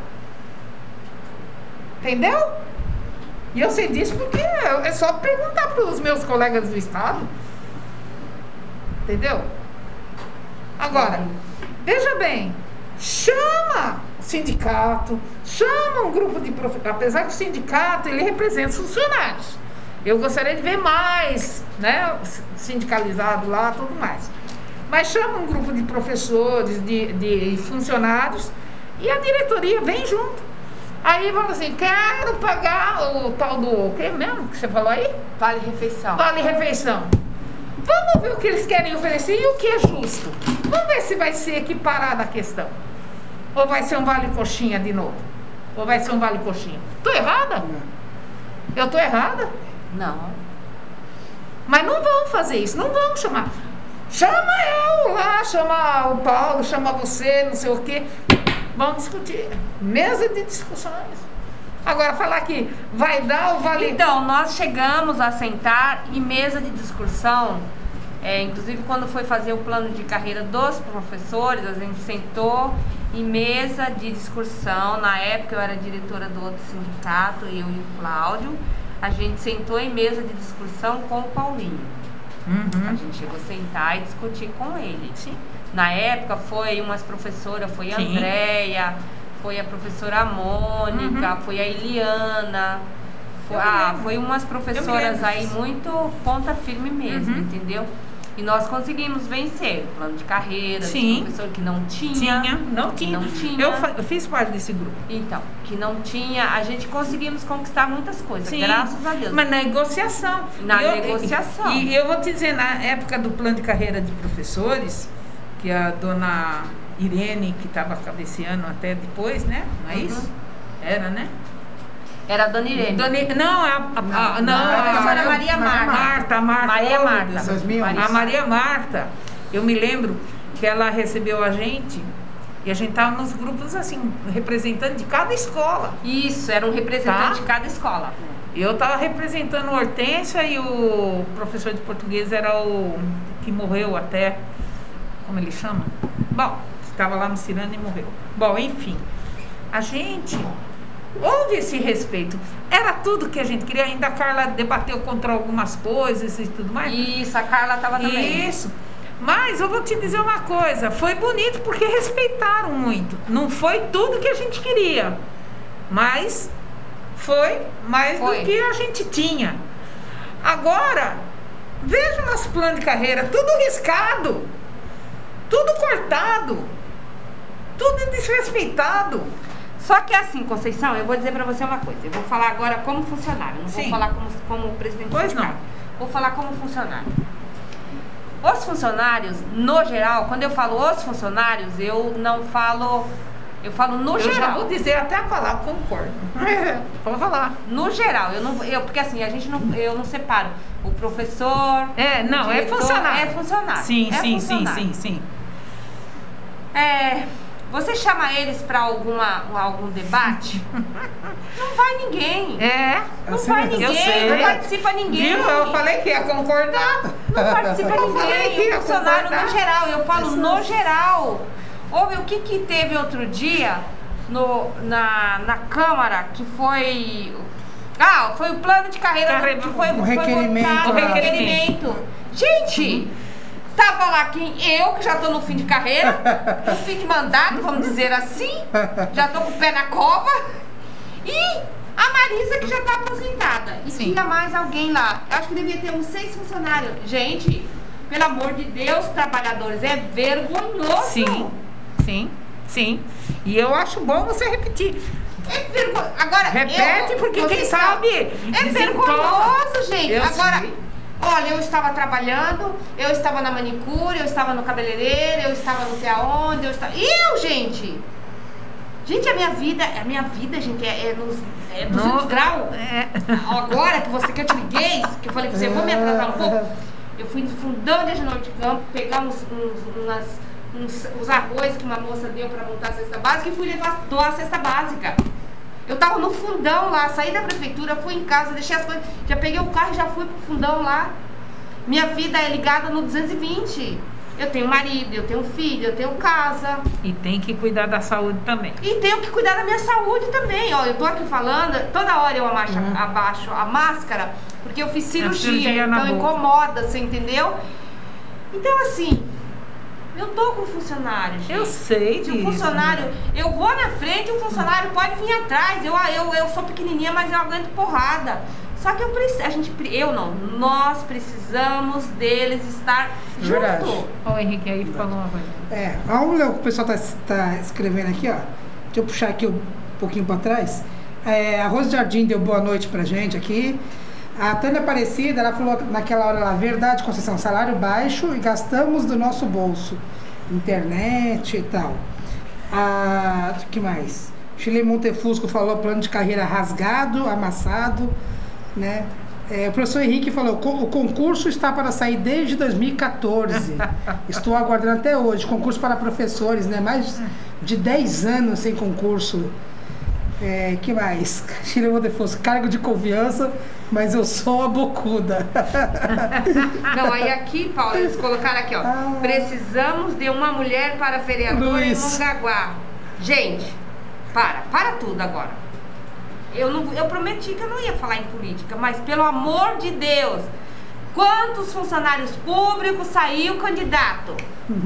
Entendeu? E eu sei disso porque é só perguntar para os meus colegas do estado. Entendeu? Agora, veja bem, chama o sindicato, chama um grupo de professores, apesar que o sindicato, ele representa os funcionários. Eu gostaria de ver mais, né, sindicalizado lá, tudo mais. Mas chama um grupo de professores, de funcionários, e a diretoria vem junto. Aí fala assim, quero pagar o tal do, o que mesmo que você falou aí? Vale-refeição. Vale-refeição. Vamos ver o que eles querem oferecer e o que é justo. Vamos ver se vai ser equiparada a questão. Ou vai ser um vale-coxinha de novo? Ou vai ser um vale-coxinha? Tô errada? Eu tô errada? Não. Mas não vão fazer isso, não vão chamar. Chama eu lá, chama o Paulo, chama você, não sei o quê. Vamos discutir. Mesa de discussões. Agora, falar que vai dar o vale... Então, nós chegamos a sentar em mesa de discussão, inclusive quando foi fazer o plano de carreira dos professores, a gente sentou em mesa de discussão. Na época eu era diretora do outro sindicato, eu e o Cláudio. A gente sentou em mesa de discussão com o Paulinho. Uhum. A gente chegou a sentar e discutir com ele. Sim. Na época foi umas professoras, foi a Sim. Andréia, foi a professora Mônica, foi a Eliana, foi umas professoras aí muito ponta firme mesmo, entendeu? E nós conseguimos vencer o plano de carreira, Sim. do professor que não tinha. Não tinha. Eu fiz parte desse grupo. Então, que não tinha, a gente conseguimos conquistar muitas coisas, Sim. graças a Deus. Mas na negociação. Negociação. E eu vou te dizer, na época do plano de carreira de professores, que a dona Irene, que estava cabeceando até depois, né? Não é isso? Era, né? Era a dona Irene. Não, a professora Maria Marta. Maria Marta. 2011. A Maria Marta, eu me lembro que ela recebeu a gente e a gente estava nos grupos assim, representando de cada escola. Isso, era um representante Tá. de cada escola. Eu estava representando o Hortência e o professor de português era o que morreu até, como ele chama? Bom, estava lá no Cirano e morreu. Bom, enfim, a gente... houve esse respeito. Era tudo que a gente queria. Ainda a Carla debateu contra algumas coisas e tudo mais. Isso, a Carla estava também. Isso. Mas eu vou te dizer uma coisa. Foi bonito porque respeitaram muito. Não foi tudo que a gente queria. Mas foi mais do que a gente tinha. Agora, veja o nosso plano de carreira. Tudo riscado. Tudo cortado. Tudo desrespeitado. Só que assim, Conceição, eu vou dizer pra você uma coisa. Eu vou falar agora como funcionário, não vou falar como presidente do sindicato. Vou falar como funcionário. Os funcionários, no geral, quando eu falo os funcionários, eu não falo Eu falo no Eu já geral. vou dizer até a palavra, concordo. Pode falar. No geral, porque assim, eu não separo o professor. Não, é diretor, funcionário. É funcionário. Sim, é sim, funcionário. sim. Você chama eles para algum debate? Não vai ninguém. Não vai ninguém. Eu sei. Não participa ninguém. Viu? Eu falei que ia concordar. Não participa ninguém. É funcionário no geral. Eu falo no geral. Houve o que teve outro dia na Câmara, que foi... foi o plano de carreira, que foi requerimento. votado, o requerimento. Gente, tava lá eu que já tô no fim de carreira, no fim de mandato, vamos dizer assim, já tô com o pé na cova, e a Marisa que já tá aposentada. E tinha mais alguém lá. Eu acho que devia ter uns 6 funcionários. Gente, pelo amor de Deus, trabalhadores, é vergonhoso. Sim. E eu acho bom você repetir. Agora, repete, porque quem sabe é vergonhoso, gente. Agora, sei. olha, eu estava trabalhando, eu estava na manicure, eu estava no cabeleireiro, eu estava não sei aonde, gente! Gente, a minha vida, gente, é 200 graus. Agora que eu te liguei, que eu falei pra você, vou me atrasar um pouco. Eu fui no fundão de Agenor de Campo, pegar uns arroz que uma moça deu pra montar a cesta básica e fui doar a cesta básica. Eu tava no fundão lá, saí da prefeitura, fui em casa, deixei as coisas, já peguei o carro e já fui pro fundão lá. Minha vida é ligada no 220. Eu tenho marido, eu tenho filho, eu tenho casa. E tem que cuidar da saúde também. E tenho que cuidar da minha saúde também. Ó, eu tô aqui falando, toda hora eu abaixo a máscara, porque eu fiz cirurgia, então incomoda, você entendeu? Então assim, eu tô com funcionário, gente. Eu sei disso. Se o funcionário, eu vou na frente, o funcionário pode vir atrás. Eu sou pequenininha, mas eu aguento porrada. Só que nós precisamos deles estar junto. Ó, o Henrique aí falou uma coisa. Olha o que o pessoal tá escrevendo aqui, ó. Deixa eu puxar aqui um pouquinho para trás. A Rose Jardim deu boa noite pra gente aqui. A Tânia Aparecida, ela falou naquela hora lá, verdade, Conceição, salário baixo e gastamos do nosso bolso. Internet e tal. O que mais? Chile Montefusco falou plano de carreira rasgado, amassado, né? O professor Henrique falou, o concurso está para sair desde 2014. Estou aguardando até hoje. Concurso para professores, né? Mais de 10 anos sem concurso. Que mais? Chile Montefusco, cargo de confiança, mas eu sou a bocuda. Não, aí aqui, Paulo, eles colocaram aqui, ó. Precisamos de uma mulher para vereador em Mongaguá. Gente, para tudo agora. Eu prometi que eu não ia falar em política, mas pelo amor de Deus, quantos funcionários públicos saiu candidato?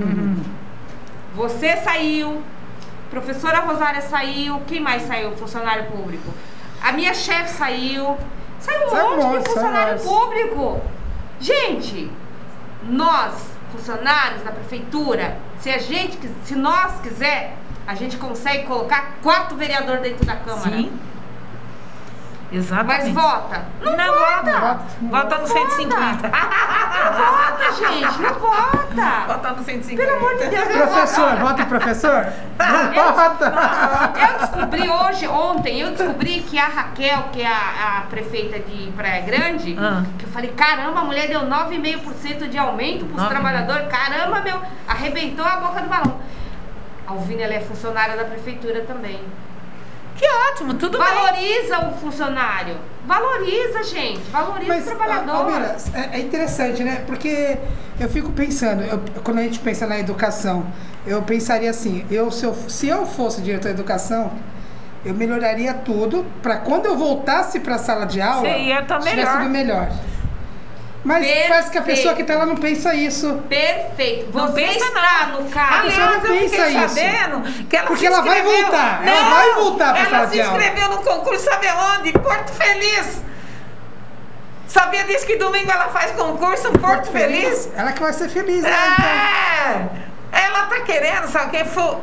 Você saiu, professora Rosária saiu, quem mais saiu funcionário público? A minha chefe saiu um monte de funcionário público. Gente, nós, funcionários da prefeitura, se nós quiser, a gente consegue colocar 4 vereadores dentro da Câmara. Sim. Exatamente. Mas vota. Não vota. Vota no 150. Não vota, gente. Não vota. Vota no 150. Pelo amor de Deus. Professor, vota em professor? Não vota. Eu descobri ontem que a Raquel, que é a prefeita de Praia Grande, que eu falei, caramba, a mulher deu 9,5% de aumento para os trabalhadores. Caramba, arrebentou a boca do balão. A Alvina, ela é funcionária da prefeitura também. Que ótimo, tudo bem. Valoriza o funcionário. Valoriza, gente. Valoriza o trabalhador. Almira, é interessante, né? Porque eu fico pensando, quando a gente pensa na educação, eu pensaria assim, se eu fosse diretor de educação, eu melhoraria tudo para quando eu voltasse para a sala de aula, tivesse tudo melhor. Mas parece que a pessoa que está lá não pensa isso. Perfeito. Não Você pensa está não. no carro. Aliás, eu fiquei sabendo que ela porque ela vai voltar. Não, ela vai voltar para a sala de aula. Ela se inscreveu no concurso, sabe aonde? Porto Feliz. Sabia disso que domingo ela faz concurso em Porto Feliz? Ela que vai ser feliz, né? Então. Ela tá querendo, sabe quem for?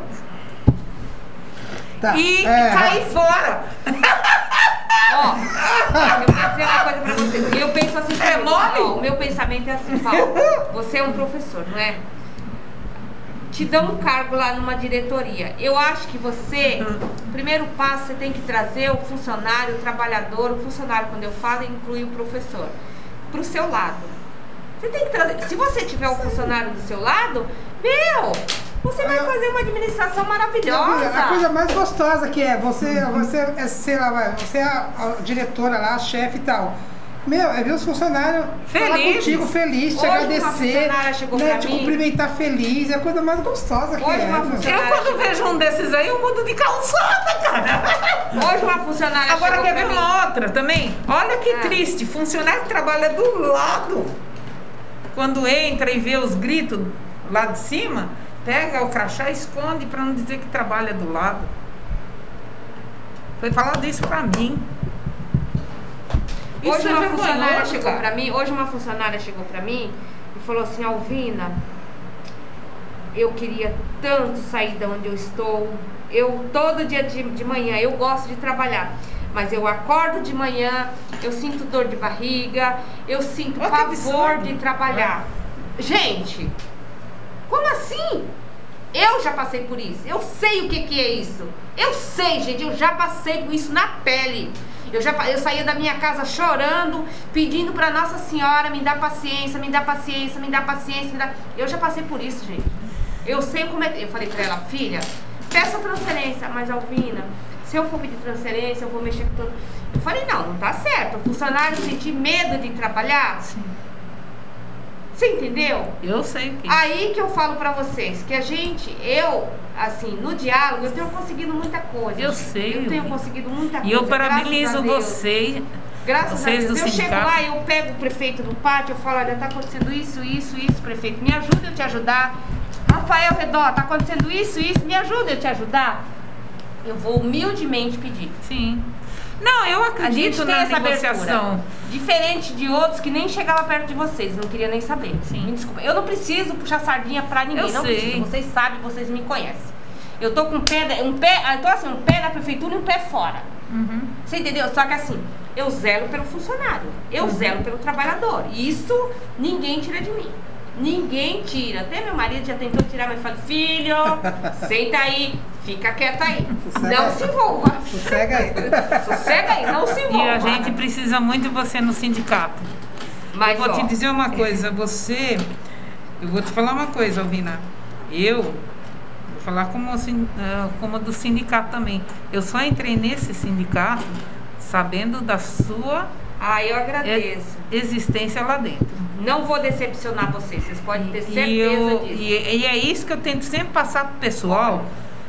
Tá. E cair fora. Ó, eu quero dizer uma coisa pra você. Eu penso assim, mole? O meu pensamento é assim, Paulo. Você é um professor, não é? te dão um cargo lá numa diretoria. Eu acho que você, o primeiro passo, você tem que trazer o funcionário, o trabalhador, o funcionário, quando eu falo, inclui o professor, para o seu lado. Você tem que trazer, se você tiver um funcionário do seu lado, você vai fazer uma administração maravilhosa. A coisa mais gostosa que é, você é, sei lá, você é a diretora lá, a chefe e tal. É ver os funcionários falar contigo feliz, te agradecer, né, te cumprimentar feliz, é a coisa mais gostosa que é. Eu quando vejo um desses aí, eu mudo de calçada, cara. Hoje uma funcionária agora quer ver uma outra também? Olha que triste, funcionário que trabalha do lado. Quando entra e vê os gritos lá de cima, pega o crachá e esconde para não dizer que trabalha do lado. Foi falado isso pra mim. Hoje uma funcionária chegou pra mim e falou assim: Alvina, eu queria tanto sair de onde eu estou. Eu todo dia de manhã, eu gosto de trabalhar, mas eu acordo de manhã, eu sinto dor de barriga, eu sinto pavor de trabalhar. Gente, como assim? Eu já passei por isso, eu sei o que é isso. Eu sei, gente, eu já passei por isso na pele. Eu saía da minha casa chorando, pedindo pra Nossa Senhora me dar paciência, me dar paciência, me dar paciência, Eu já passei por isso, gente. Eu sei como é. Eu falei pra ela: filha, peça transferência. Mas, Alvina, se eu for pedir transferência, eu vou mexer com tudo. Eu falei: não tá certo. O funcionário sentir medo de trabalhar. Sim. Você entendeu? Eu sei que. Aí que eu falo pra vocês que assim, no diálogo, eu tenho conseguido muita coisa. Eu sei. Eu tenho conseguido muita coisa. E eu parabenizo vocês. Graças a Deus. Eu sindicato. chego lá, eu pego o prefeito no pátio, eu falo: olha, tá acontecendo isso, prefeito, me ajuda eu te ajudar. Rafael Redó, tá acontecendo isso, me ajuda eu te ajudar. Eu vou humildemente pedir. Sim. Não, eu acredito na negociação. Abertura. Diferente de outros que nem chegavam perto de vocês, não queria nem saber. Sim. Me desculpa. Eu não preciso puxar sardinha pra ninguém, não preciso. Vocês sabem, vocês me conhecem. Eu tô com um pé na prefeitura e um pé fora. Uhum. Você entendeu? Só que assim, eu zelo pelo funcionário, eu zelo pelo trabalhador. E isso ninguém tira de mim. Ninguém tira. Até meu marido já tentou tirar, mas eu falei: filho, senta aí, fica quieta aí. Não se envolva. Sossega aí, não se envolva. E a gente precisa muito de você no sindicato. Mas, vou te dizer uma coisa, eu vou te falar uma coisa, Alvina. Eu vou falar como do sindicato também. Eu só entrei nesse sindicato sabendo da sua eu agradeço. Existência lá dentro. Não vou decepcionar vocês podem ter certeza disso. E é isso que eu tento sempre passar pro pessoal.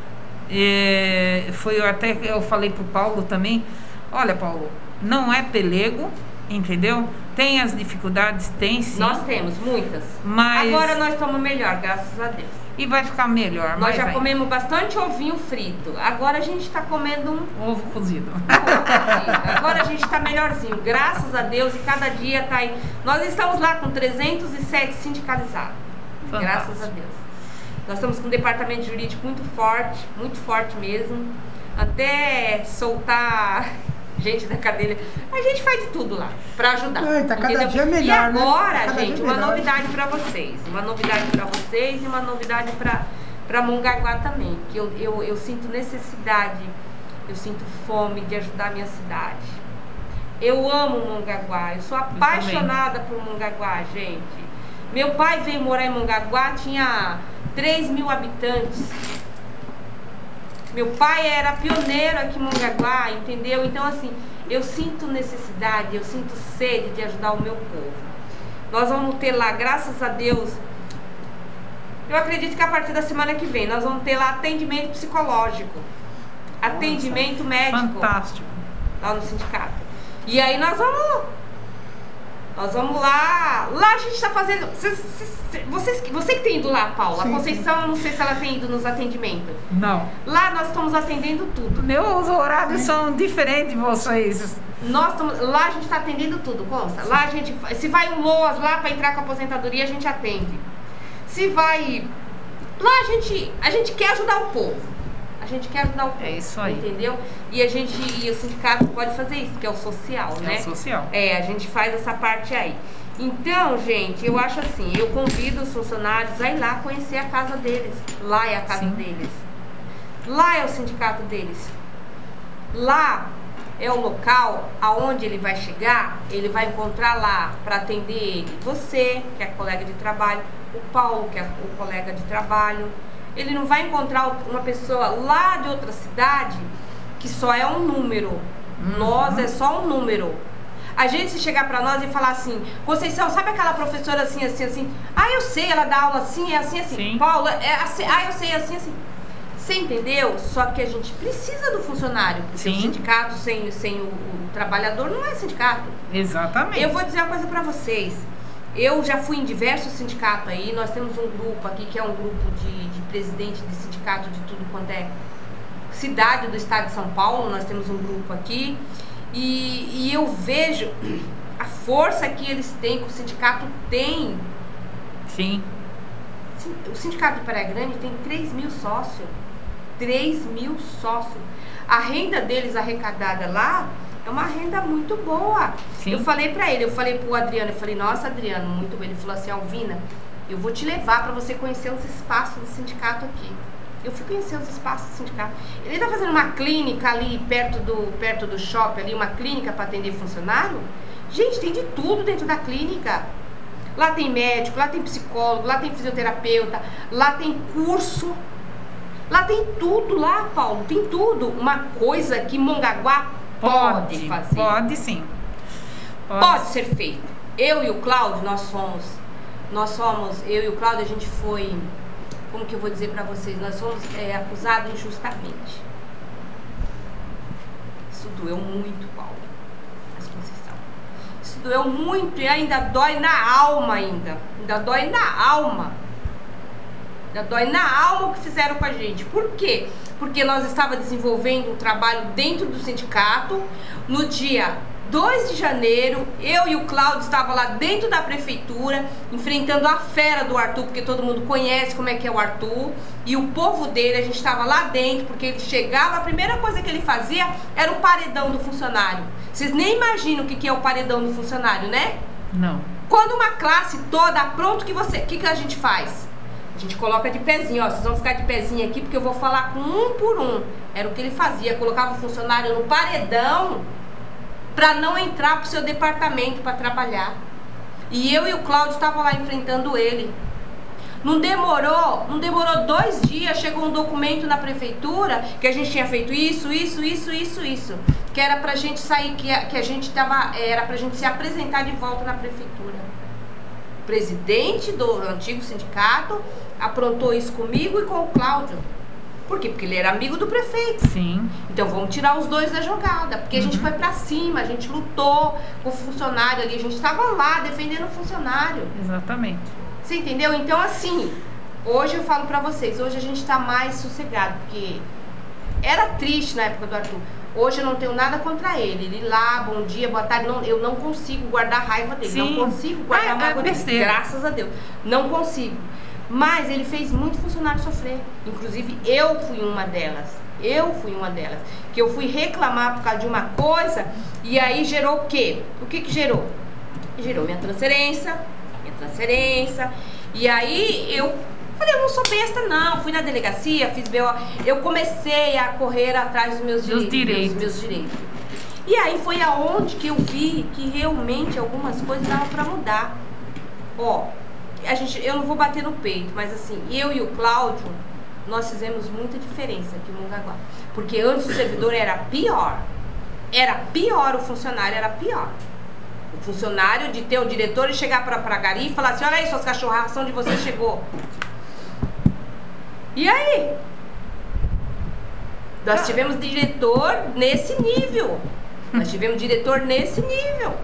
Eu falei pro Paulo também: olha, Paulo, não é pelego, entendeu? Tem as dificuldades, tem sim. Nós temos muitas. Mas agora nós estamos melhor, graças a Deus. E vai ficar melhor. Nós já comemos bastante ovinho frito. Agora a gente está comendo um ovo cozido. Agora a gente está melhorzinho, graças a Deus. E cada dia está aí. Nós estamos lá com 307 sindicalizados. Fantástico. Graças a Deus. Nós estamos com um departamento jurídico muito forte mesmo. Até soltar gente da cadeia. A gente faz de tudo lá para ajudar. Tá cada dia melhor. E agora, né? gente, uma novidade para vocês. Uma novidade para vocês e uma novidade para Mongaguá também. Que eu sinto necessidade, eu sinto fome de ajudar a minha cidade. Eu amo Mongaguá, eu sou apaixonada por Mongaguá, gente. Meu pai veio morar em Mongaguá, tinha 3.000 habitantes. Meu pai era pioneiro aqui em Mongaguá, entendeu? Então, assim, eu sinto necessidade, eu sinto sede de ajudar o meu povo. Nós vamos ter lá, graças a Deus, eu acredito que a partir da semana que vem, nós vamos ter lá atendimento psicológico, atendimento médico. Fantástico. Lá no sindicato. E aí nós vamos lá. Lá a gente está fazendo. Você que tem ido lá, Paula. Sim, a Conceição, eu não sei se ela tem ido nos atendimentos. Não. Lá nós estamos atendendo tudo. Meus horários são diferentes de vocês. Lá a gente está atendendo tudo, Consta. Lá a gente. Se vai um LOAS lá para entrar com a aposentadoria, a gente atende. Se vai. Lá a gente quer ajudar o povo. A gente quer ajudar o povo. É isso aí. Entendeu? E o sindicato pode fazer isso, que é o social, né? É o social. A gente faz essa parte aí. Então, gente, eu acho assim, eu convido os funcionários a ir lá conhecer a casa deles. Lá é a casa deles. Lá é o sindicato deles. Lá é o local aonde ele vai chegar, ele vai encontrar lá para atender ele. Você, que é colega de trabalho, o Paulo, que é o colega de trabalho. Ele não vai encontrar uma pessoa lá de outra cidade que só é um número. Nós é só um número. A gente se chegar pra nós e falar assim, Conceição, sabe aquela professora assim, assim, assim? Ah, eu sei, ela dá aula assim, é assim, assim. Sim. Paula, é assim, ah, eu sei, é assim, assim. Você entendeu? Só que a gente precisa do funcionário. Porque o sindicato sem o trabalhador não é sindicato. Exatamente. Eu vou dizer uma coisa pra vocês. Eu já fui em diversos sindicatos aí. Nós temos um grupo aqui que é um grupo de presidente de sindicato de tudo quanto é cidade do estado de São Paulo. Nós temos um grupo aqui. E eu vejo a força que eles têm, que o sindicato tem. Sim. O sindicato de Praia Grande tem 3.000 sócios. 3.000 sócios. A renda deles arrecadada lá é uma renda muito boa. Sim. Eu falei pra ele, eu falei pro Adriano, eu falei, nossa, Adriano, muito bem. Ele falou assim, Alvina, eu vou te levar pra você conhecer os espaços do sindicato aqui. Eu fui conhecer os espaços do sindicato. Ele tá fazendo uma clínica ali perto do shopping, ali, uma clínica para atender funcionário. Gente, tem de tudo dentro da clínica. Lá tem médico, lá tem psicólogo, lá tem fisioterapeuta, lá tem curso. Lá tem tudo lá, Paulo, tem tudo. Uma coisa que Mongaguá pode fazer. Pode sim. Pode ser feito. Eu e o Cláudio, eu e o Cláudio, a gente foi... Como que eu vou dizer pra vocês? Nós fomos acusados injustamente. Isso doeu muito, Paulo. Isso doeu muito e ainda dói na alma ainda. Ainda dói na alma. Ainda dói na alma o que fizeram com a gente. Por quê? Porque nós estávamos desenvolvendo um trabalho dentro do sindicato. No dia 2 de janeiro, eu e o Cláudio estava lá dentro da prefeitura, enfrentando a fera do Arthur, porque todo mundo conhece como é que é o Arthur, e o povo dele, a gente estava lá dentro, porque ele chegava, a primeira coisa que ele fazia era o paredão do funcionário. Vocês nem imaginam o que é o paredão do funcionário, né? Não. Quando uma classe toda, pronto, o que a gente faz? A gente coloca de pezinho, ó, vocês vão ficar de pezinho aqui, porque eu vou falar com um por um. Era o que ele fazia, colocava o funcionário no paredão, para não entrar pro seu departamento para trabalhar. E eu e o Cláudio estavam lá enfrentando ele. Não demorou 2 dias, chegou um documento na prefeitura que a gente tinha feito isso, que era pra gente sair, que a gente era pra gente se apresentar de volta na prefeitura. O presidente do antigo sindicato aprontou isso comigo e com o Cláudio. Por quê? Porque ele era amigo do prefeito. Sim. Então vamos tirar os dois da jogada. Porque a gente foi pra cima, a gente lutou com o funcionário ali, a gente estava lá defendendo o funcionário. Exatamente. Você entendeu? Então assim, hoje eu falo pra vocês, hoje a gente tá mais sossegado, porque era triste na época do Arthur. Hoje eu não tenho nada contra ele. Ele lá, bom dia, boa tarde, eu não consigo guardar raiva dele. Sim. Não consigo guardar mágoa dele. Graças a Deus. Não consigo. Mas ele fez muito funcionário sofrer. Inclusive, eu fui uma delas. Que eu fui reclamar por causa de uma coisa. E aí gerou o quê? O que gerou? Gerou minha transferência. E aí eu falei, eu não sou besta não. Fui na delegacia, fiz BO. Eu comecei a correr atrás dos meus direitos. E aí foi aonde que eu vi que realmente algumas coisas davam pra mudar. Ó, eu não vou bater no peito, mas assim, eu e o Cláudio, nós fizemos muita diferença aqui no Mongaguá. Porque antes o servidor era pior. O funcionário era pior. O funcionário de ter o diretor e chegar pra Gari e falar assim, olha aí, suas cachorras, a ração de você chegou. E aí? Nós tivemos diretor nesse nível. Nós tivemos diretor nesse nível.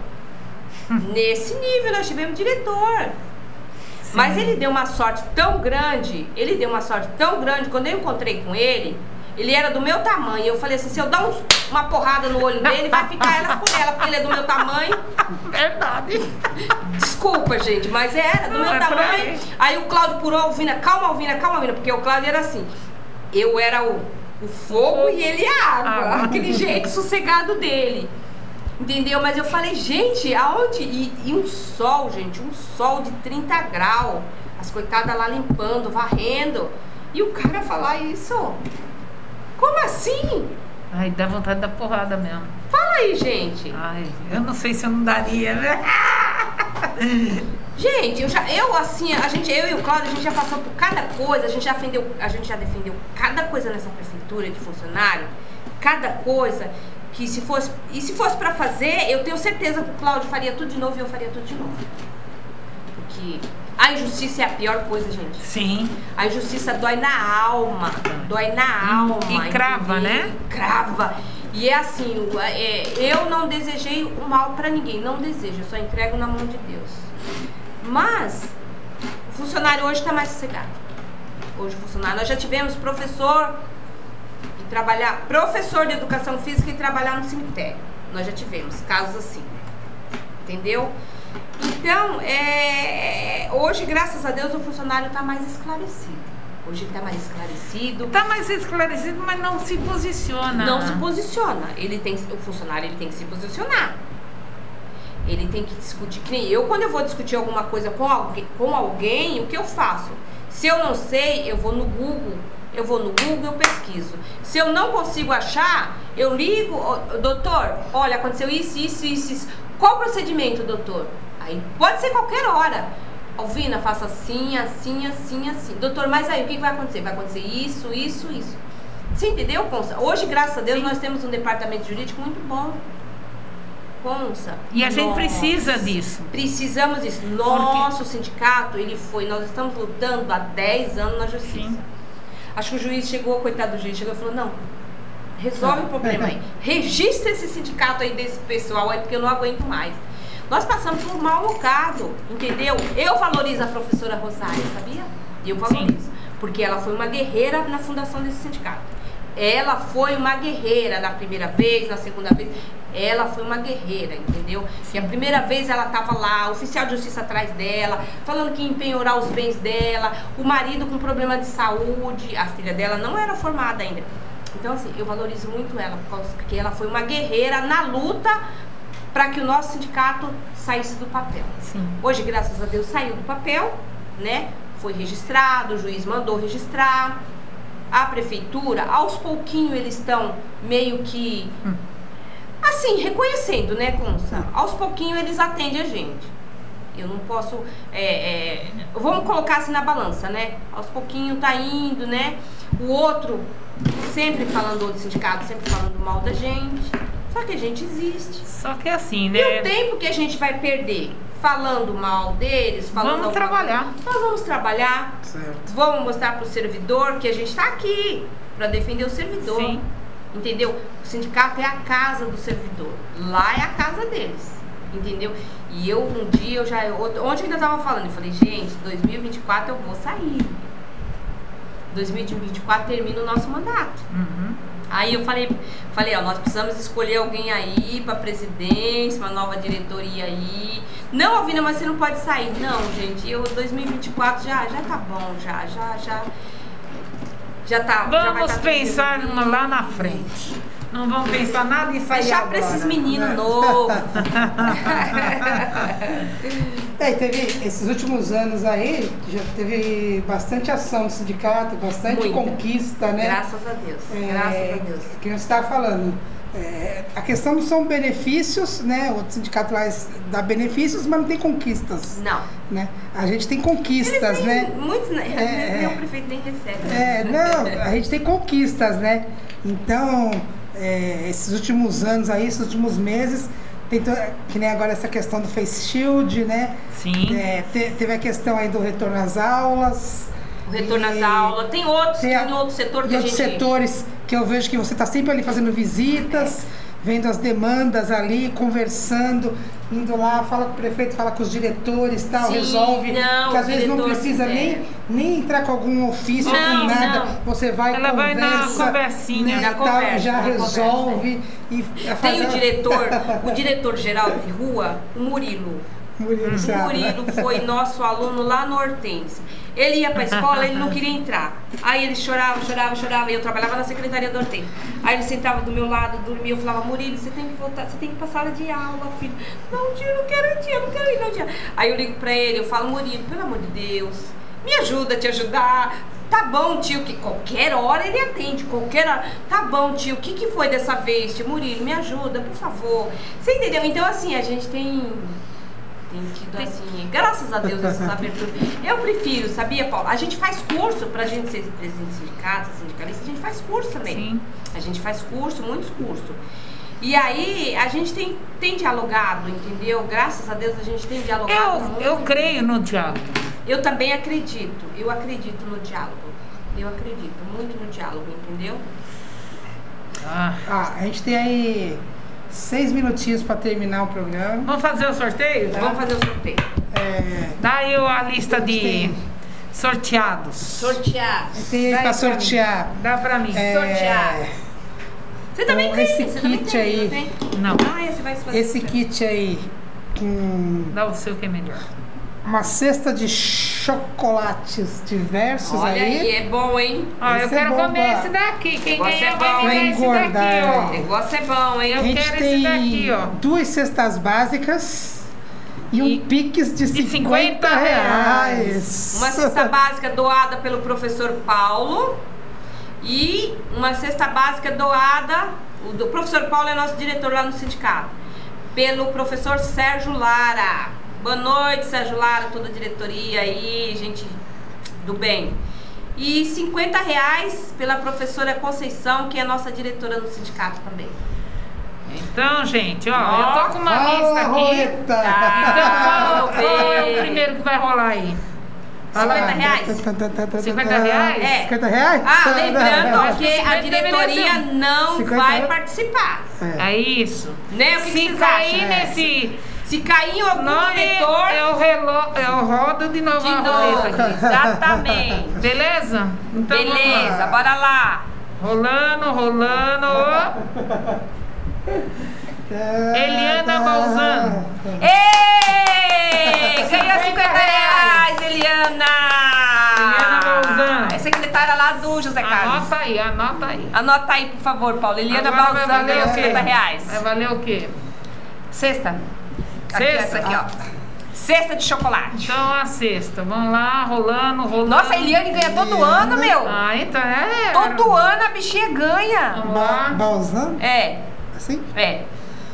Nós tivemos diretor. Sim. Mas ele deu uma sorte tão grande, quando eu encontrei com ele era do meu tamanho. Eu falei assim, se eu dar uma porrada no olho dele, vai ficar ela por ela, porque ele é do meu tamanho. Verdade. Desculpa, gente, mas era do meu tamanho. Aí o Cláudio purou, Alvina, calma, porque o Cláudio era assim, eu era o fogo e ele a água, aquele jeito sossegado dele. Entendeu? Mas eu falei, gente, aonde? E um sol, gente, um sol de 30 graus. As coitadas lá limpando, varrendo. E o cara falar isso? Como assim? Ai, dá vontade da porrada mesmo. Fala aí, gente. Ai, eu não sei se eu não daria, né? Gente, eu e o Cláudio, a gente já passou por cada coisa, a gente já defendeu cada coisa nessa prefeitura de funcionário, cada coisa que se fosse pra fazer, eu tenho certeza que o Cláudio faria tudo de novo e eu faria tudo de novo. Porque a injustiça é a pior coisa, gente. Sim. A injustiça dói na alma, E crava, entendeu? né? Crava. E é assim, eu não desejei o mal pra ninguém, não desejo, eu só entrego na mão de Deus. Mas o funcionário hoje está mais sossegado. Hoje o funcionário, nós já tivemos professor de educação física e trabalhar no cemitério. Nós já tivemos casos assim. Entendeu? Então, hoje, graças a Deus, o funcionário está mais esclarecido. Hoje ele está mais esclarecido. Está mais esclarecido, mas não se posiciona. Não se posiciona. O funcionário ele tem que se posicionar. Ele tem que discutir. Que nem eu, quando eu vou discutir alguma coisa com alguém, o que eu faço? Se eu não sei, eu vou no Google. Eu pesquiso. Se eu não consigo achar, eu ligo, doutor, olha, aconteceu isso. Qual o procedimento, doutor? Aí pode ser qualquer hora. Alvina, faça assim. Doutor, mas aí o que vai acontecer? Vai acontecer isso. Você entendeu, Consa? Hoje, graças a Deus, nós temos um departamento jurídico muito bom. Consa. E a gente precisa disso. Precisamos disso. Nosso sindicato, nós estamos lutando há 10 anos na justiça. Sim. Acho que o juiz chegou, coitado do juiz, chegou e falou, não, resolve o problema aí. Registra esse sindicato aí desse pessoal aí, porque eu não aguento mais. Nós passamos por um mal bocado, entendeu? Eu valorizo a professora Rosário, sabia? Eu valorizo. Sim. Porque ela foi uma guerreira na fundação desse sindicato. Ela foi uma guerreira na primeira vez, na segunda vez. Ela foi uma guerreira, entendeu? E a primeira vez ela estava lá, o oficial de justiça atrás dela, falando que ia empenhorar os bens dela, o marido com problema de saúde, a filha dela não era formada ainda. Então, assim, eu valorizo muito ela, porque ela foi uma guerreira na luta para que o nosso sindicato saísse do papel. Sim. Hoje, graças a Deus, saiu do papel, né? Foi registrado, o juiz mandou registrar. A prefeitura, aos pouquinhos eles estão meio que... assim, reconhecendo, né, Consa? Aos pouquinhos eles atendem a gente. Eu não posso... vamos colocar assim na balança, né? Aos pouquinhos tá indo, né? O outro sempre falando do sindicato, sempre falando mal da gente. Só que a gente existe. Só que assim, né? E o tempo que a gente vai perder falando mal deles, falando... Vamos trabalhar. Nós vamos trabalhar. Certo. Vamos mostrar pro servidor que a gente tá aqui para defender o servidor. Sim. Entendeu? O sindicato é a casa do servidor. Lá é a casa deles. Entendeu? E eu um dia, ontem eu ainda tava falando, eu falei, gente, 2024 eu vou sair. 2024 termina o nosso mandato. Uhum. Aí eu falei, ó, nós precisamos escolher alguém aí pra presidência, uma nova diretoria aí. Não, Alvina, mas você não pode sair. Não, gente, 2024 já tá bom, já tá. Vamos pensar lá na frente. Não vamos pensar nada em sair deixar agora. Pra esses meninos novos. E teve esses últimos anos aí, já teve bastante ação no sindicato, bastante conquista, né? Graças a Deus, graças a Deus. Que você estava falando. A questão não são benefícios, né? O sindicato lá dá benefícios, mas não tem conquistas. Não. Né? A gente tem conquistas, né? Muitos, né? O prefeito nem recebe. Não, a gente tem conquistas, né? Então, esses últimos anos aí, esses últimos meses, que nem agora essa questão do Face Shield, né? Sim. Teve a questão aí do retorno às aulas. O retorno às aulas. Tem outros setor que a gente... setores que eu vejo que você está sempre ali fazendo visitas, vendo as demandas ali, conversando, indo lá, fala com o prefeito, fala com os diretores, tal, sim, resolve. Não, que às vezes não precisa nem entrar com algum ofício, com nada. Não. Você vai ela conversa, vai na conversinha, né, na tal, conversa, já resolve. Tem o diretor geral de rua, o Murilo. Murilo O Chapa. Murilo foi nosso aluno lá no Hortência. Ele ia pra escola, ele não queria entrar. Aí ele chorava, e eu trabalhava na secretaria do Hortência. Aí ele sentava do meu lado, dormia, eu falava, Murilo, você tem que voltar, você tem que ir pra sala de aula, filho. Não, tia, eu não quero ir, tia, eu não quero ir, não, tia. Aí eu ligo pra ele, eu falo, Murilo, pelo amor de Deus, me ajuda a te ajudar. Tá bom, tio, que qualquer hora ele atende, qualquer hora. Tá bom, tio, o que foi dessa vez, tio? Murilo, me ajuda, por favor. Você entendeu? Então, assim, a gente tem tido, assim, graças a Deus, essas aberturas. Eu prefiro, sabia, Paula? A gente faz curso pra gente ser presidente de sindicato, sindicalista, a gente faz curso também. Sim. A gente faz curso, muitos cursos. E aí, a gente tem dialogado, entendeu? Graças a Deus, a gente tem dialogado. Eu creio no diálogo. Eu também acredito. Eu acredito no diálogo. Eu acredito muito no diálogo, entendeu? A gente tem aí 6 minutinhos para terminar o programa. Vamos fazer o sorteio? Vamos fazer o sorteio. Dá aí a lista de Tem. sorteados. Sorteados. Tem aí Dá para aí pra mim. sortear. Dá pra mim. Sortear. Você também Então, tem, esse você também kit tem, aí. não tem? Não. Ah, esse vai se fazer. Esse kit aí com Dá o seu que é melhor. uma cesta de chocolates diversos. Olha aí, aí. é bom, hein? Ó, eu Esse é quero bom, comer tá? esse daqui. Quem Negócio ganhar é vai bom, pegar hein? esse daqui, Engordar, ó. O negócio é bom, hein? A gente quero esse tem daqui, ó. 2 cestas básicas e um E- Pix de 50 reais. Uma cesta básica doada pelo professor Paulo e uma cesta básica doada, o professor Paulo é nosso diretor lá no sindicato, pelo professor Sérgio Lara. Boa noite, Sérgio Lara, toda a diretoria aí, gente do bem. E 50 reais pela professora Conceição, que é nossa diretora no sindicato também. Então, gente, ó, eu tô com uma Rola lista a aqui. roleta. Então, Vamos qual é o ver. primeiro que vai rolar aí? 50 reais? 50 reais? É. 50 reais? Ah, lembrando que a 50 diretoria não 50 vai reais? participar. É isso. Né? O que Se vocês cair acham? nesse Se cair em algum nome, leitor, eu rodo de novo de a novo. roleta aqui. Exatamente. Beleza? Então vamos Beleza, lá. bora lá. Rolando. Eliana Balzano. Ei! Ganhou 50 reais, Eliana! Eliana Balzano. É secretária lá do José Carlos. Anota aí. Anota aí, por favor, Paulo. Eliana Agora vai Balzano valer ganhou o quê? 50 reais. Vai valer o quê? Sexta. Aqui, Sexta? essa aqui, ó. Cesta de chocolate. Então a sexta. Vamos lá, rolando. Nossa, a Eliane ganha todo ano, meu. Ah, então é. Todo ano a bichinha ganha. Vamos lá. Balzano? É, Assim? é.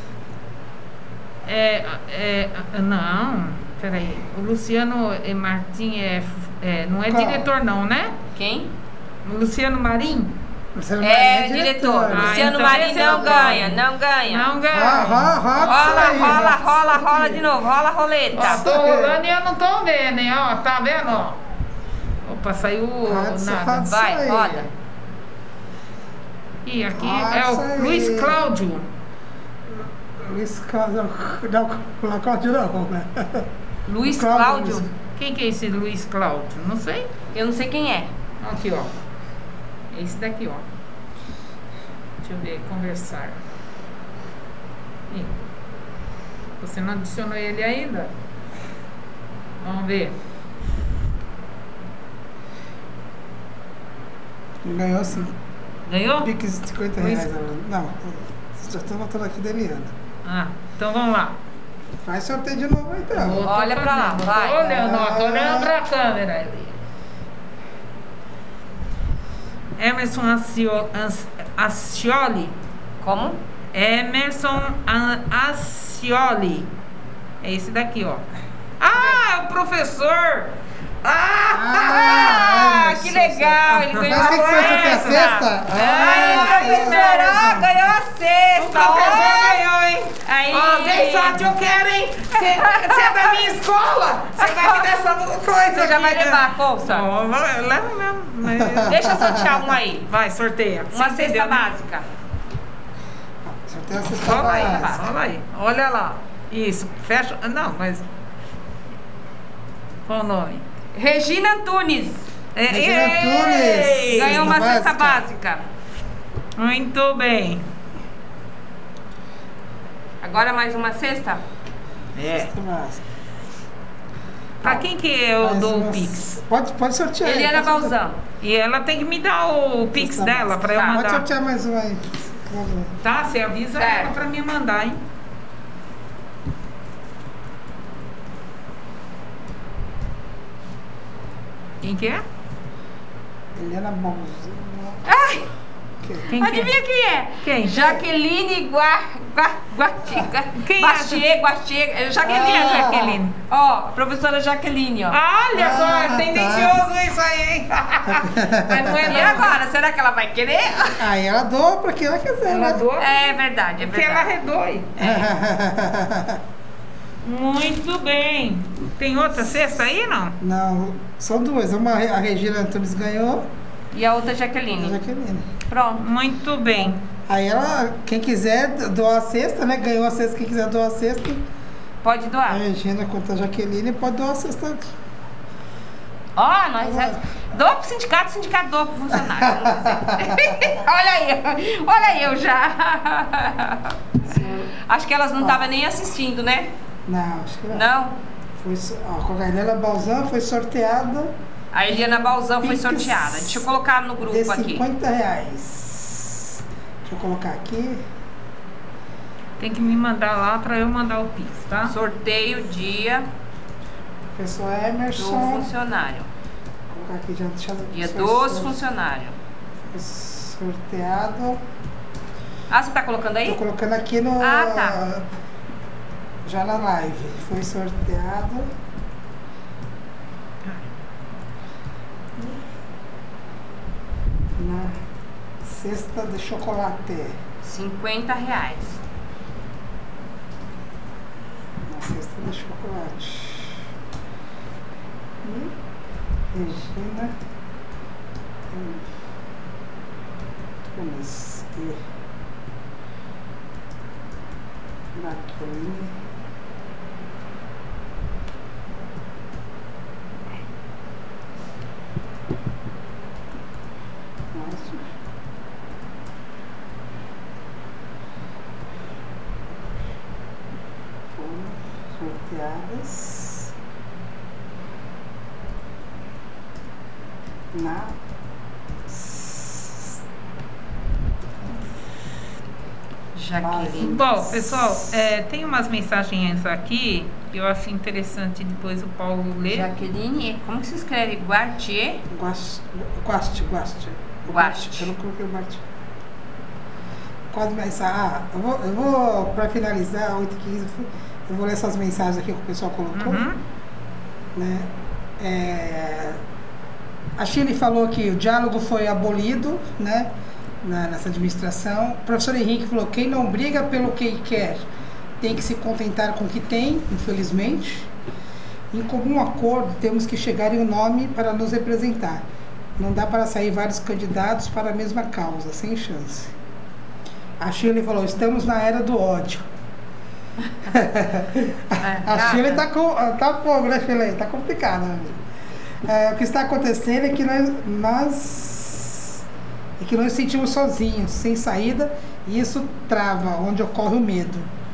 Não, peraí. O Luciano Martim não é Qual? diretor, não, né? Quem? O Luciano Marim? Você É, diretor. Ah, Luciano então Marim esse não não ganha, ganha. não ganha. Não ganha. Rola a roleta. Ó, tô rolando e eu não tô vendo, hein? Ó, tá vendo? Ó. Opa, saiu nada. Vai, roda. E aqui Ah, é isso aí. o Luiz Cláudio. Luiz Cláudio. Não, Cláudio não, né? Luiz Cláudio. Cláudio. Quem que é esse Luiz Cláudio? Não sei. Eu não sei quem é. Aqui, ó. É esse daqui, ó. Deixa eu ver, conversar. Ih, você não adicionou ele ainda? Vamos ver. Ganhou sim. Ganhou? Pix de 50 Luiz- reais. Não, já estou botando aqui da Eliana. Ah, então vamos lá. Faz sorteio de novo então. Tô Olha pra lá, fazendo. vai. Tô olhando, ó, tô olhando pra câmera ali. Emerson Ascioli. Como? Emerson Ascioli. É esse daqui, ó. Ah, é o professor! Emerson. Que legal! Ele ganhou Mas o que foi essa cesta. festa? Aí, professor, ganhou a O cesta. professor ó. ganhou, hein? Aí. Ó, quem sorte eu quero, hein? Você é da minha escola? Você vai me dar essa coisa Você já aqui, vai né? levar a bolsa? Ó, leva mesmo. Mas- Deixa eu sortear um aí. Vai, sorteia. Uma Você cesta entendeu, né? básica. Sorteio a cesta Rola aí, básica. rola aí. Olha lá. Isso, fecha. Não, mas. Qual o nome? Regina Antunes. Regina Antunes. Ganhou uma Cesta cesta básica. básica. Muito bem. Agora mais uma cesta? É. Cesta básica. Pra quem que eu Mas dou o nós- Pix? Pode sortear. Eliana pode sortear. Balzan. E ela tem que me dar o Pix Tá dela bom. pra eu Tá, Pode mandar. sortear mais um aí. Vamos ver. Tá? Você avisa Certo. ela pra me mandar, hein? Quem que é? Eliana Balzan. Ai, Quem adivinha quem é? Quem? Jaqueline Guaxiga. Quem é Guaxiga. Jaqueline. Quem é a Jaqueline? Ó, a professora Jaqueline, ó. Olha só, Ah, é tendencioso isso aí, hein? Mas não é E não. agora, será que ela vai querer? Aí ela doa pra quem ela quiser. Ela né? doa É verdade, é porque ela verdade. redoe. Muito bem. Tem outra cesta aí, não? Não, são duas. Uma a Regina Antunes ganhou E a outra e a Jaqueline. Jaqueline. Pronto. Muito bem. Aí ela, quem quiser doar a cesta, né? Ganhou a cesta, quem quiser doar a cesta. Pode A doar. Regina quanto a Jaqueline pode doar a cesta. Ó, nós doa pro sindicato, o sindicato doa pro funcionário. Olha aí, eu já. Acho que elas não estavam nem assistindo, né? Não, acho que não. Não? Foi, ó, a Eliana Balzan foi sorteada A Eliana Balzan foi Pix sorteada. Deixa eu colocar no grupo de aqui. R$50. Deixa eu colocar aqui. Tem que me mandar lá pra eu mandar o Pix, tá? Sorteio dia Professor do Emerson. funcionário. Vou colocar aqui já. Dia foi dos funcionários. sorteado. Ah, você tá colocando aí? Tô colocando aqui no. Ah, tá. Já na live. Foi sorteado. Na cesta de chocolate. R$50. Na cesta de chocolate. E Regina Tunes e Jaqueline. Nossa. Foram sorteadas na Jaqueline. Bom, pessoal, tem umas mensagens aqui que eu acho interessante depois o Paulo ler. Jaqueline, como que se escreve? Guartier? Guaste. Guaste. Eu não coloquei o Guaste. Quase mais. Eu vou para finalizar, 8h15, eu vou ler essas mensagens aqui que o pessoal colocou. Uhum. Né? A Chile falou que o diálogo foi abolido, né? Nessa administração. O professor Henrique falou: quem não briga pelo que quer tem que se contentar com o que tem, infelizmente. Em comum acordo, temos que chegar em um nome para nos representar. Não dá para sair vários candidatos para a mesma causa, sem chance. A Shirley falou: estamos na era do ódio. A Shirley tá fogo, né, Shirley? Tá complicado, né? O que está acontecendo é que nós sentimos sozinhos, sem saída, e isso trava, onde ocorre o medo.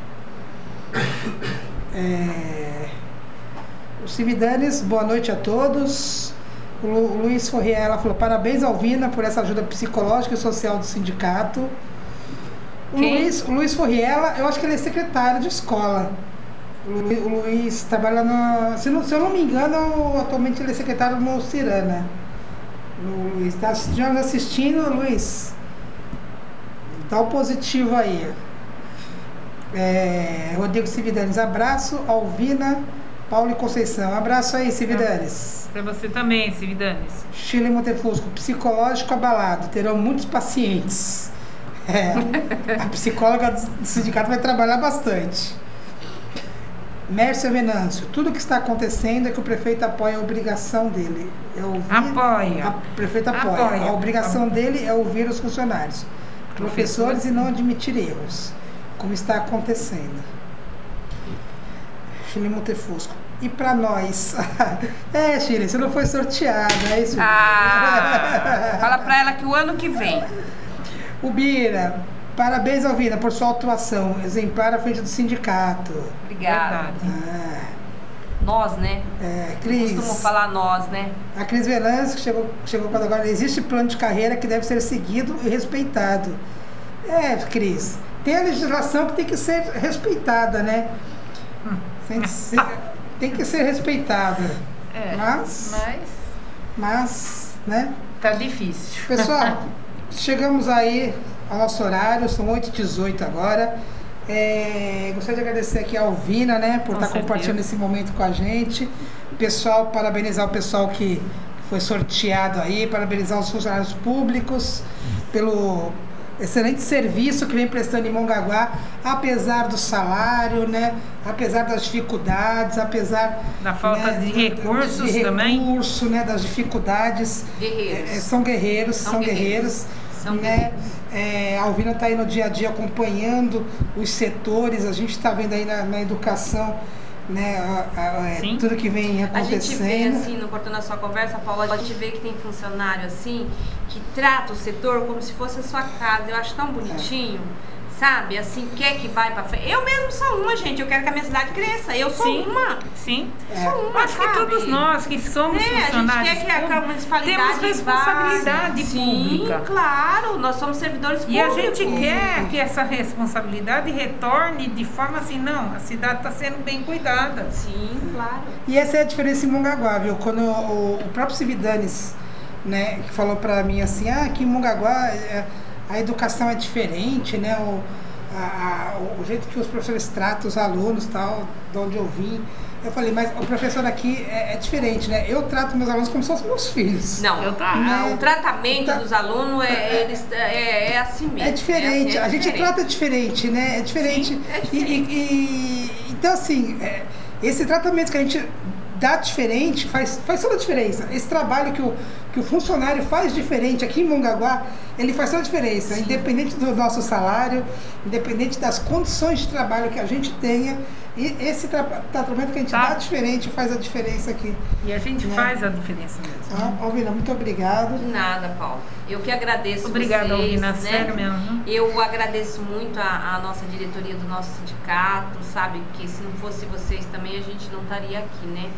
O Cividanes, boa noite a todos. O Luiz Forriela falou: parabéns, Alvina, por essa ajuda psicológica e social do sindicato. O Luiz Forriela, eu acho que ele é secretário de escola. O Luiz trabalha se eu não me engano, atualmente ele é secretário no Cirana. O Luiz está assistindo, Luiz. Dá o positivo aí. Rodrigo Cividanes, abraço. Alvina, Paulo e Conceição. Abraço aí, Cividanes. Pra você também, Cividanes. Chile Montefusco, psicológico abalado. Terão muitos pacientes. A psicóloga do sindicato vai trabalhar bastante. Mércio Venâncio, tudo que está acontecendo é que o prefeito apoia a obrigação dele. Apoia. O prefeito apoia. A obrigação dele é ouvir os funcionários, professores e não admitir erros, como está acontecendo. Chile Montefusco. E para nós? Chile, você não foi sorteada, é isso? Fala para ela que o ano que vem. O Bira, parabéns, Alvina, por sua atuação exemplar à frente do sindicato. Obrigada. Nós, né? Cris. Costumo falar nós, né? A Cris Velança chegou quando agora. Existe plano de carreira que deve ser seguido e respeitado. Cris, tem a legislação que tem que ser respeitada, né? Tem que ser respeitada. Mas, né? Tá difícil. Pessoal, chegamos aí ao nosso horário, são 8h18 agora. Gostaria de agradecer aqui a Alvina, né, por estar compartilhando esse momento com a gente. Pessoal, parabenizar o pessoal que foi sorteado aí, parabenizar os funcionários públicos pelo excelente serviço que vem prestando em Mongaguá, apesar do salário, né, apesar das dificuldades, apesar da falta de recursos também, né, das dificuldades. São guerreiros. A Alvina está aí no dia a dia acompanhando os setores, a gente está vendo aí na educação, né, tudo que vem acontecendo. A gente vê assim, no Cortando a Sua Conversa, Paula, a gente vê que tem funcionário assim, que trata o setor como se fosse a sua casa. Eu acho tão bonitinho. Sabe, assim, quer que vai pra frente. Eu mesmo sou uma, gente, eu quero que a minha cidade cresça. Eu sou uma. Sim. Sou uma, acho que todos nós que somos funcionários a gente quer que a municipalidade temos responsabilidade pública. Sim, claro, nós somos servidores públicos. E a gente quer que essa responsabilidade retorne de forma assim, não, a cidade está sendo bem cuidada. Sim, claro. E essa é a diferença em Mongaguá, viu? Quando o próprio Cividanes, né, que falou pra mim assim, aqui em Mongaguá a educação é diferente, né? O jeito que os professores tratam os alunos, tal, de onde eu vim. Eu falei, mas o professor aqui é diferente, né? Eu trato meus alunos como se fossem meus filhos. Não, o tratamento dos alunos é assim mesmo. É diferente, a gente diferente. trata diferente, né? É diferente. Sim, é diferente. Então, assim, esse tratamento que a gente dá diferente faz toda a diferença. Esse trabalho que o funcionário faz diferente aqui em Mongaguá, ele faz toda a diferença. Sim. Independente do nosso salário, independente das condições de trabalho que a gente tenha, e esse tratamento que a gente dá diferente faz a diferença aqui. E a gente faz a diferença mesmo. Alvina, muito obrigado. De nada, Paulo. Eu que agradeço. Obrigada, vocês, Alvina, né? sério mesmo. Eu agradeço muito a nossa diretoria do nosso sindicato, sabe? Que se não fosse vocês também a gente não estaria aqui, né?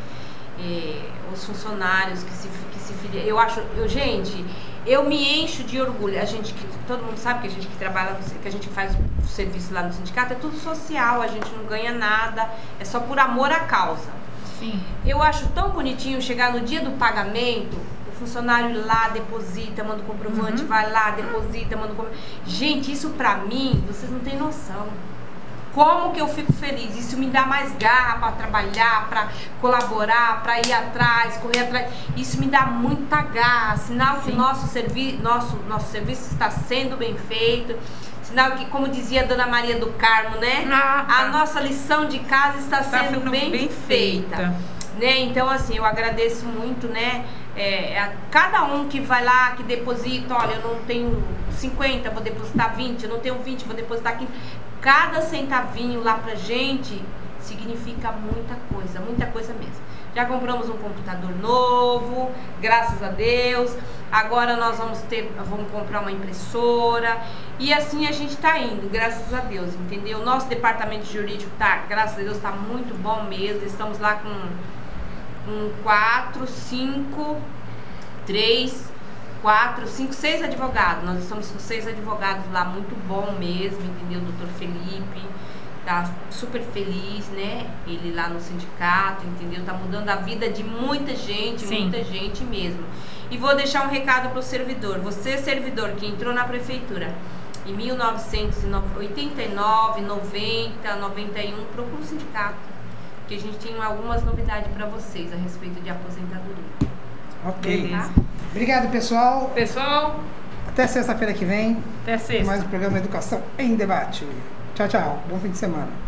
Os funcionários que se filiam. Gente, eu me encho de orgulho. Todo mundo sabe que a gente que trabalha, que a gente faz o serviço lá no sindicato, é tudo social, a gente não ganha nada, é só por amor à causa. Sim. Eu acho tão bonitinho chegar no dia do pagamento, o funcionário ir lá, deposita, manda o comprovante, vai lá, deposita, manda o comprovante. Gente, isso pra mim, vocês não têm noção. Como que eu fico feliz? Isso me dá mais garra para trabalhar, para colaborar, para ir atrás, correr atrás. Isso me dá muita garra, sinal que o nosso serviço está sendo bem feito. Sinal que, como dizia a Dona Maria do Carmo, né? A nossa lição de casa está sendo bem feita. Né? Então, assim, eu agradeço muito, né? A cada um que vai lá, que deposita, olha, eu não tenho 50, vou depositar 20, eu não tenho 20, vou depositar 15. Cada centavinho lá pra gente significa muita coisa mesmo. Já compramos um computador novo, graças a Deus. Agora nós vamos comprar uma impressora. E assim a gente tá indo, graças a Deus, entendeu? Nosso departamento jurídico tá, graças a Deus, tá muito bom mesmo. Estamos lá com 6 advogados. Nós estamos com 6 advogados lá, muito bom mesmo, entendeu? Doutor Felipe tá super feliz, né? Ele lá no sindicato, entendeu? Tá mudando a vida de muita gente, muita gente mesmo. E vou deixar um recado pro servidor. Você, servidor, que entrou na prefeitura em 1989, 90, 91, procura o sindicato, que a gente tem algumas novidades para vocês a respeito de aposentadoria. Ok. Beleza. Obrigado, pessoal. Pessoal, até sexta-feira que vem. Até sexta. Mais um programa Educação em Debate. Tchau, tchau. Bom fim de semana.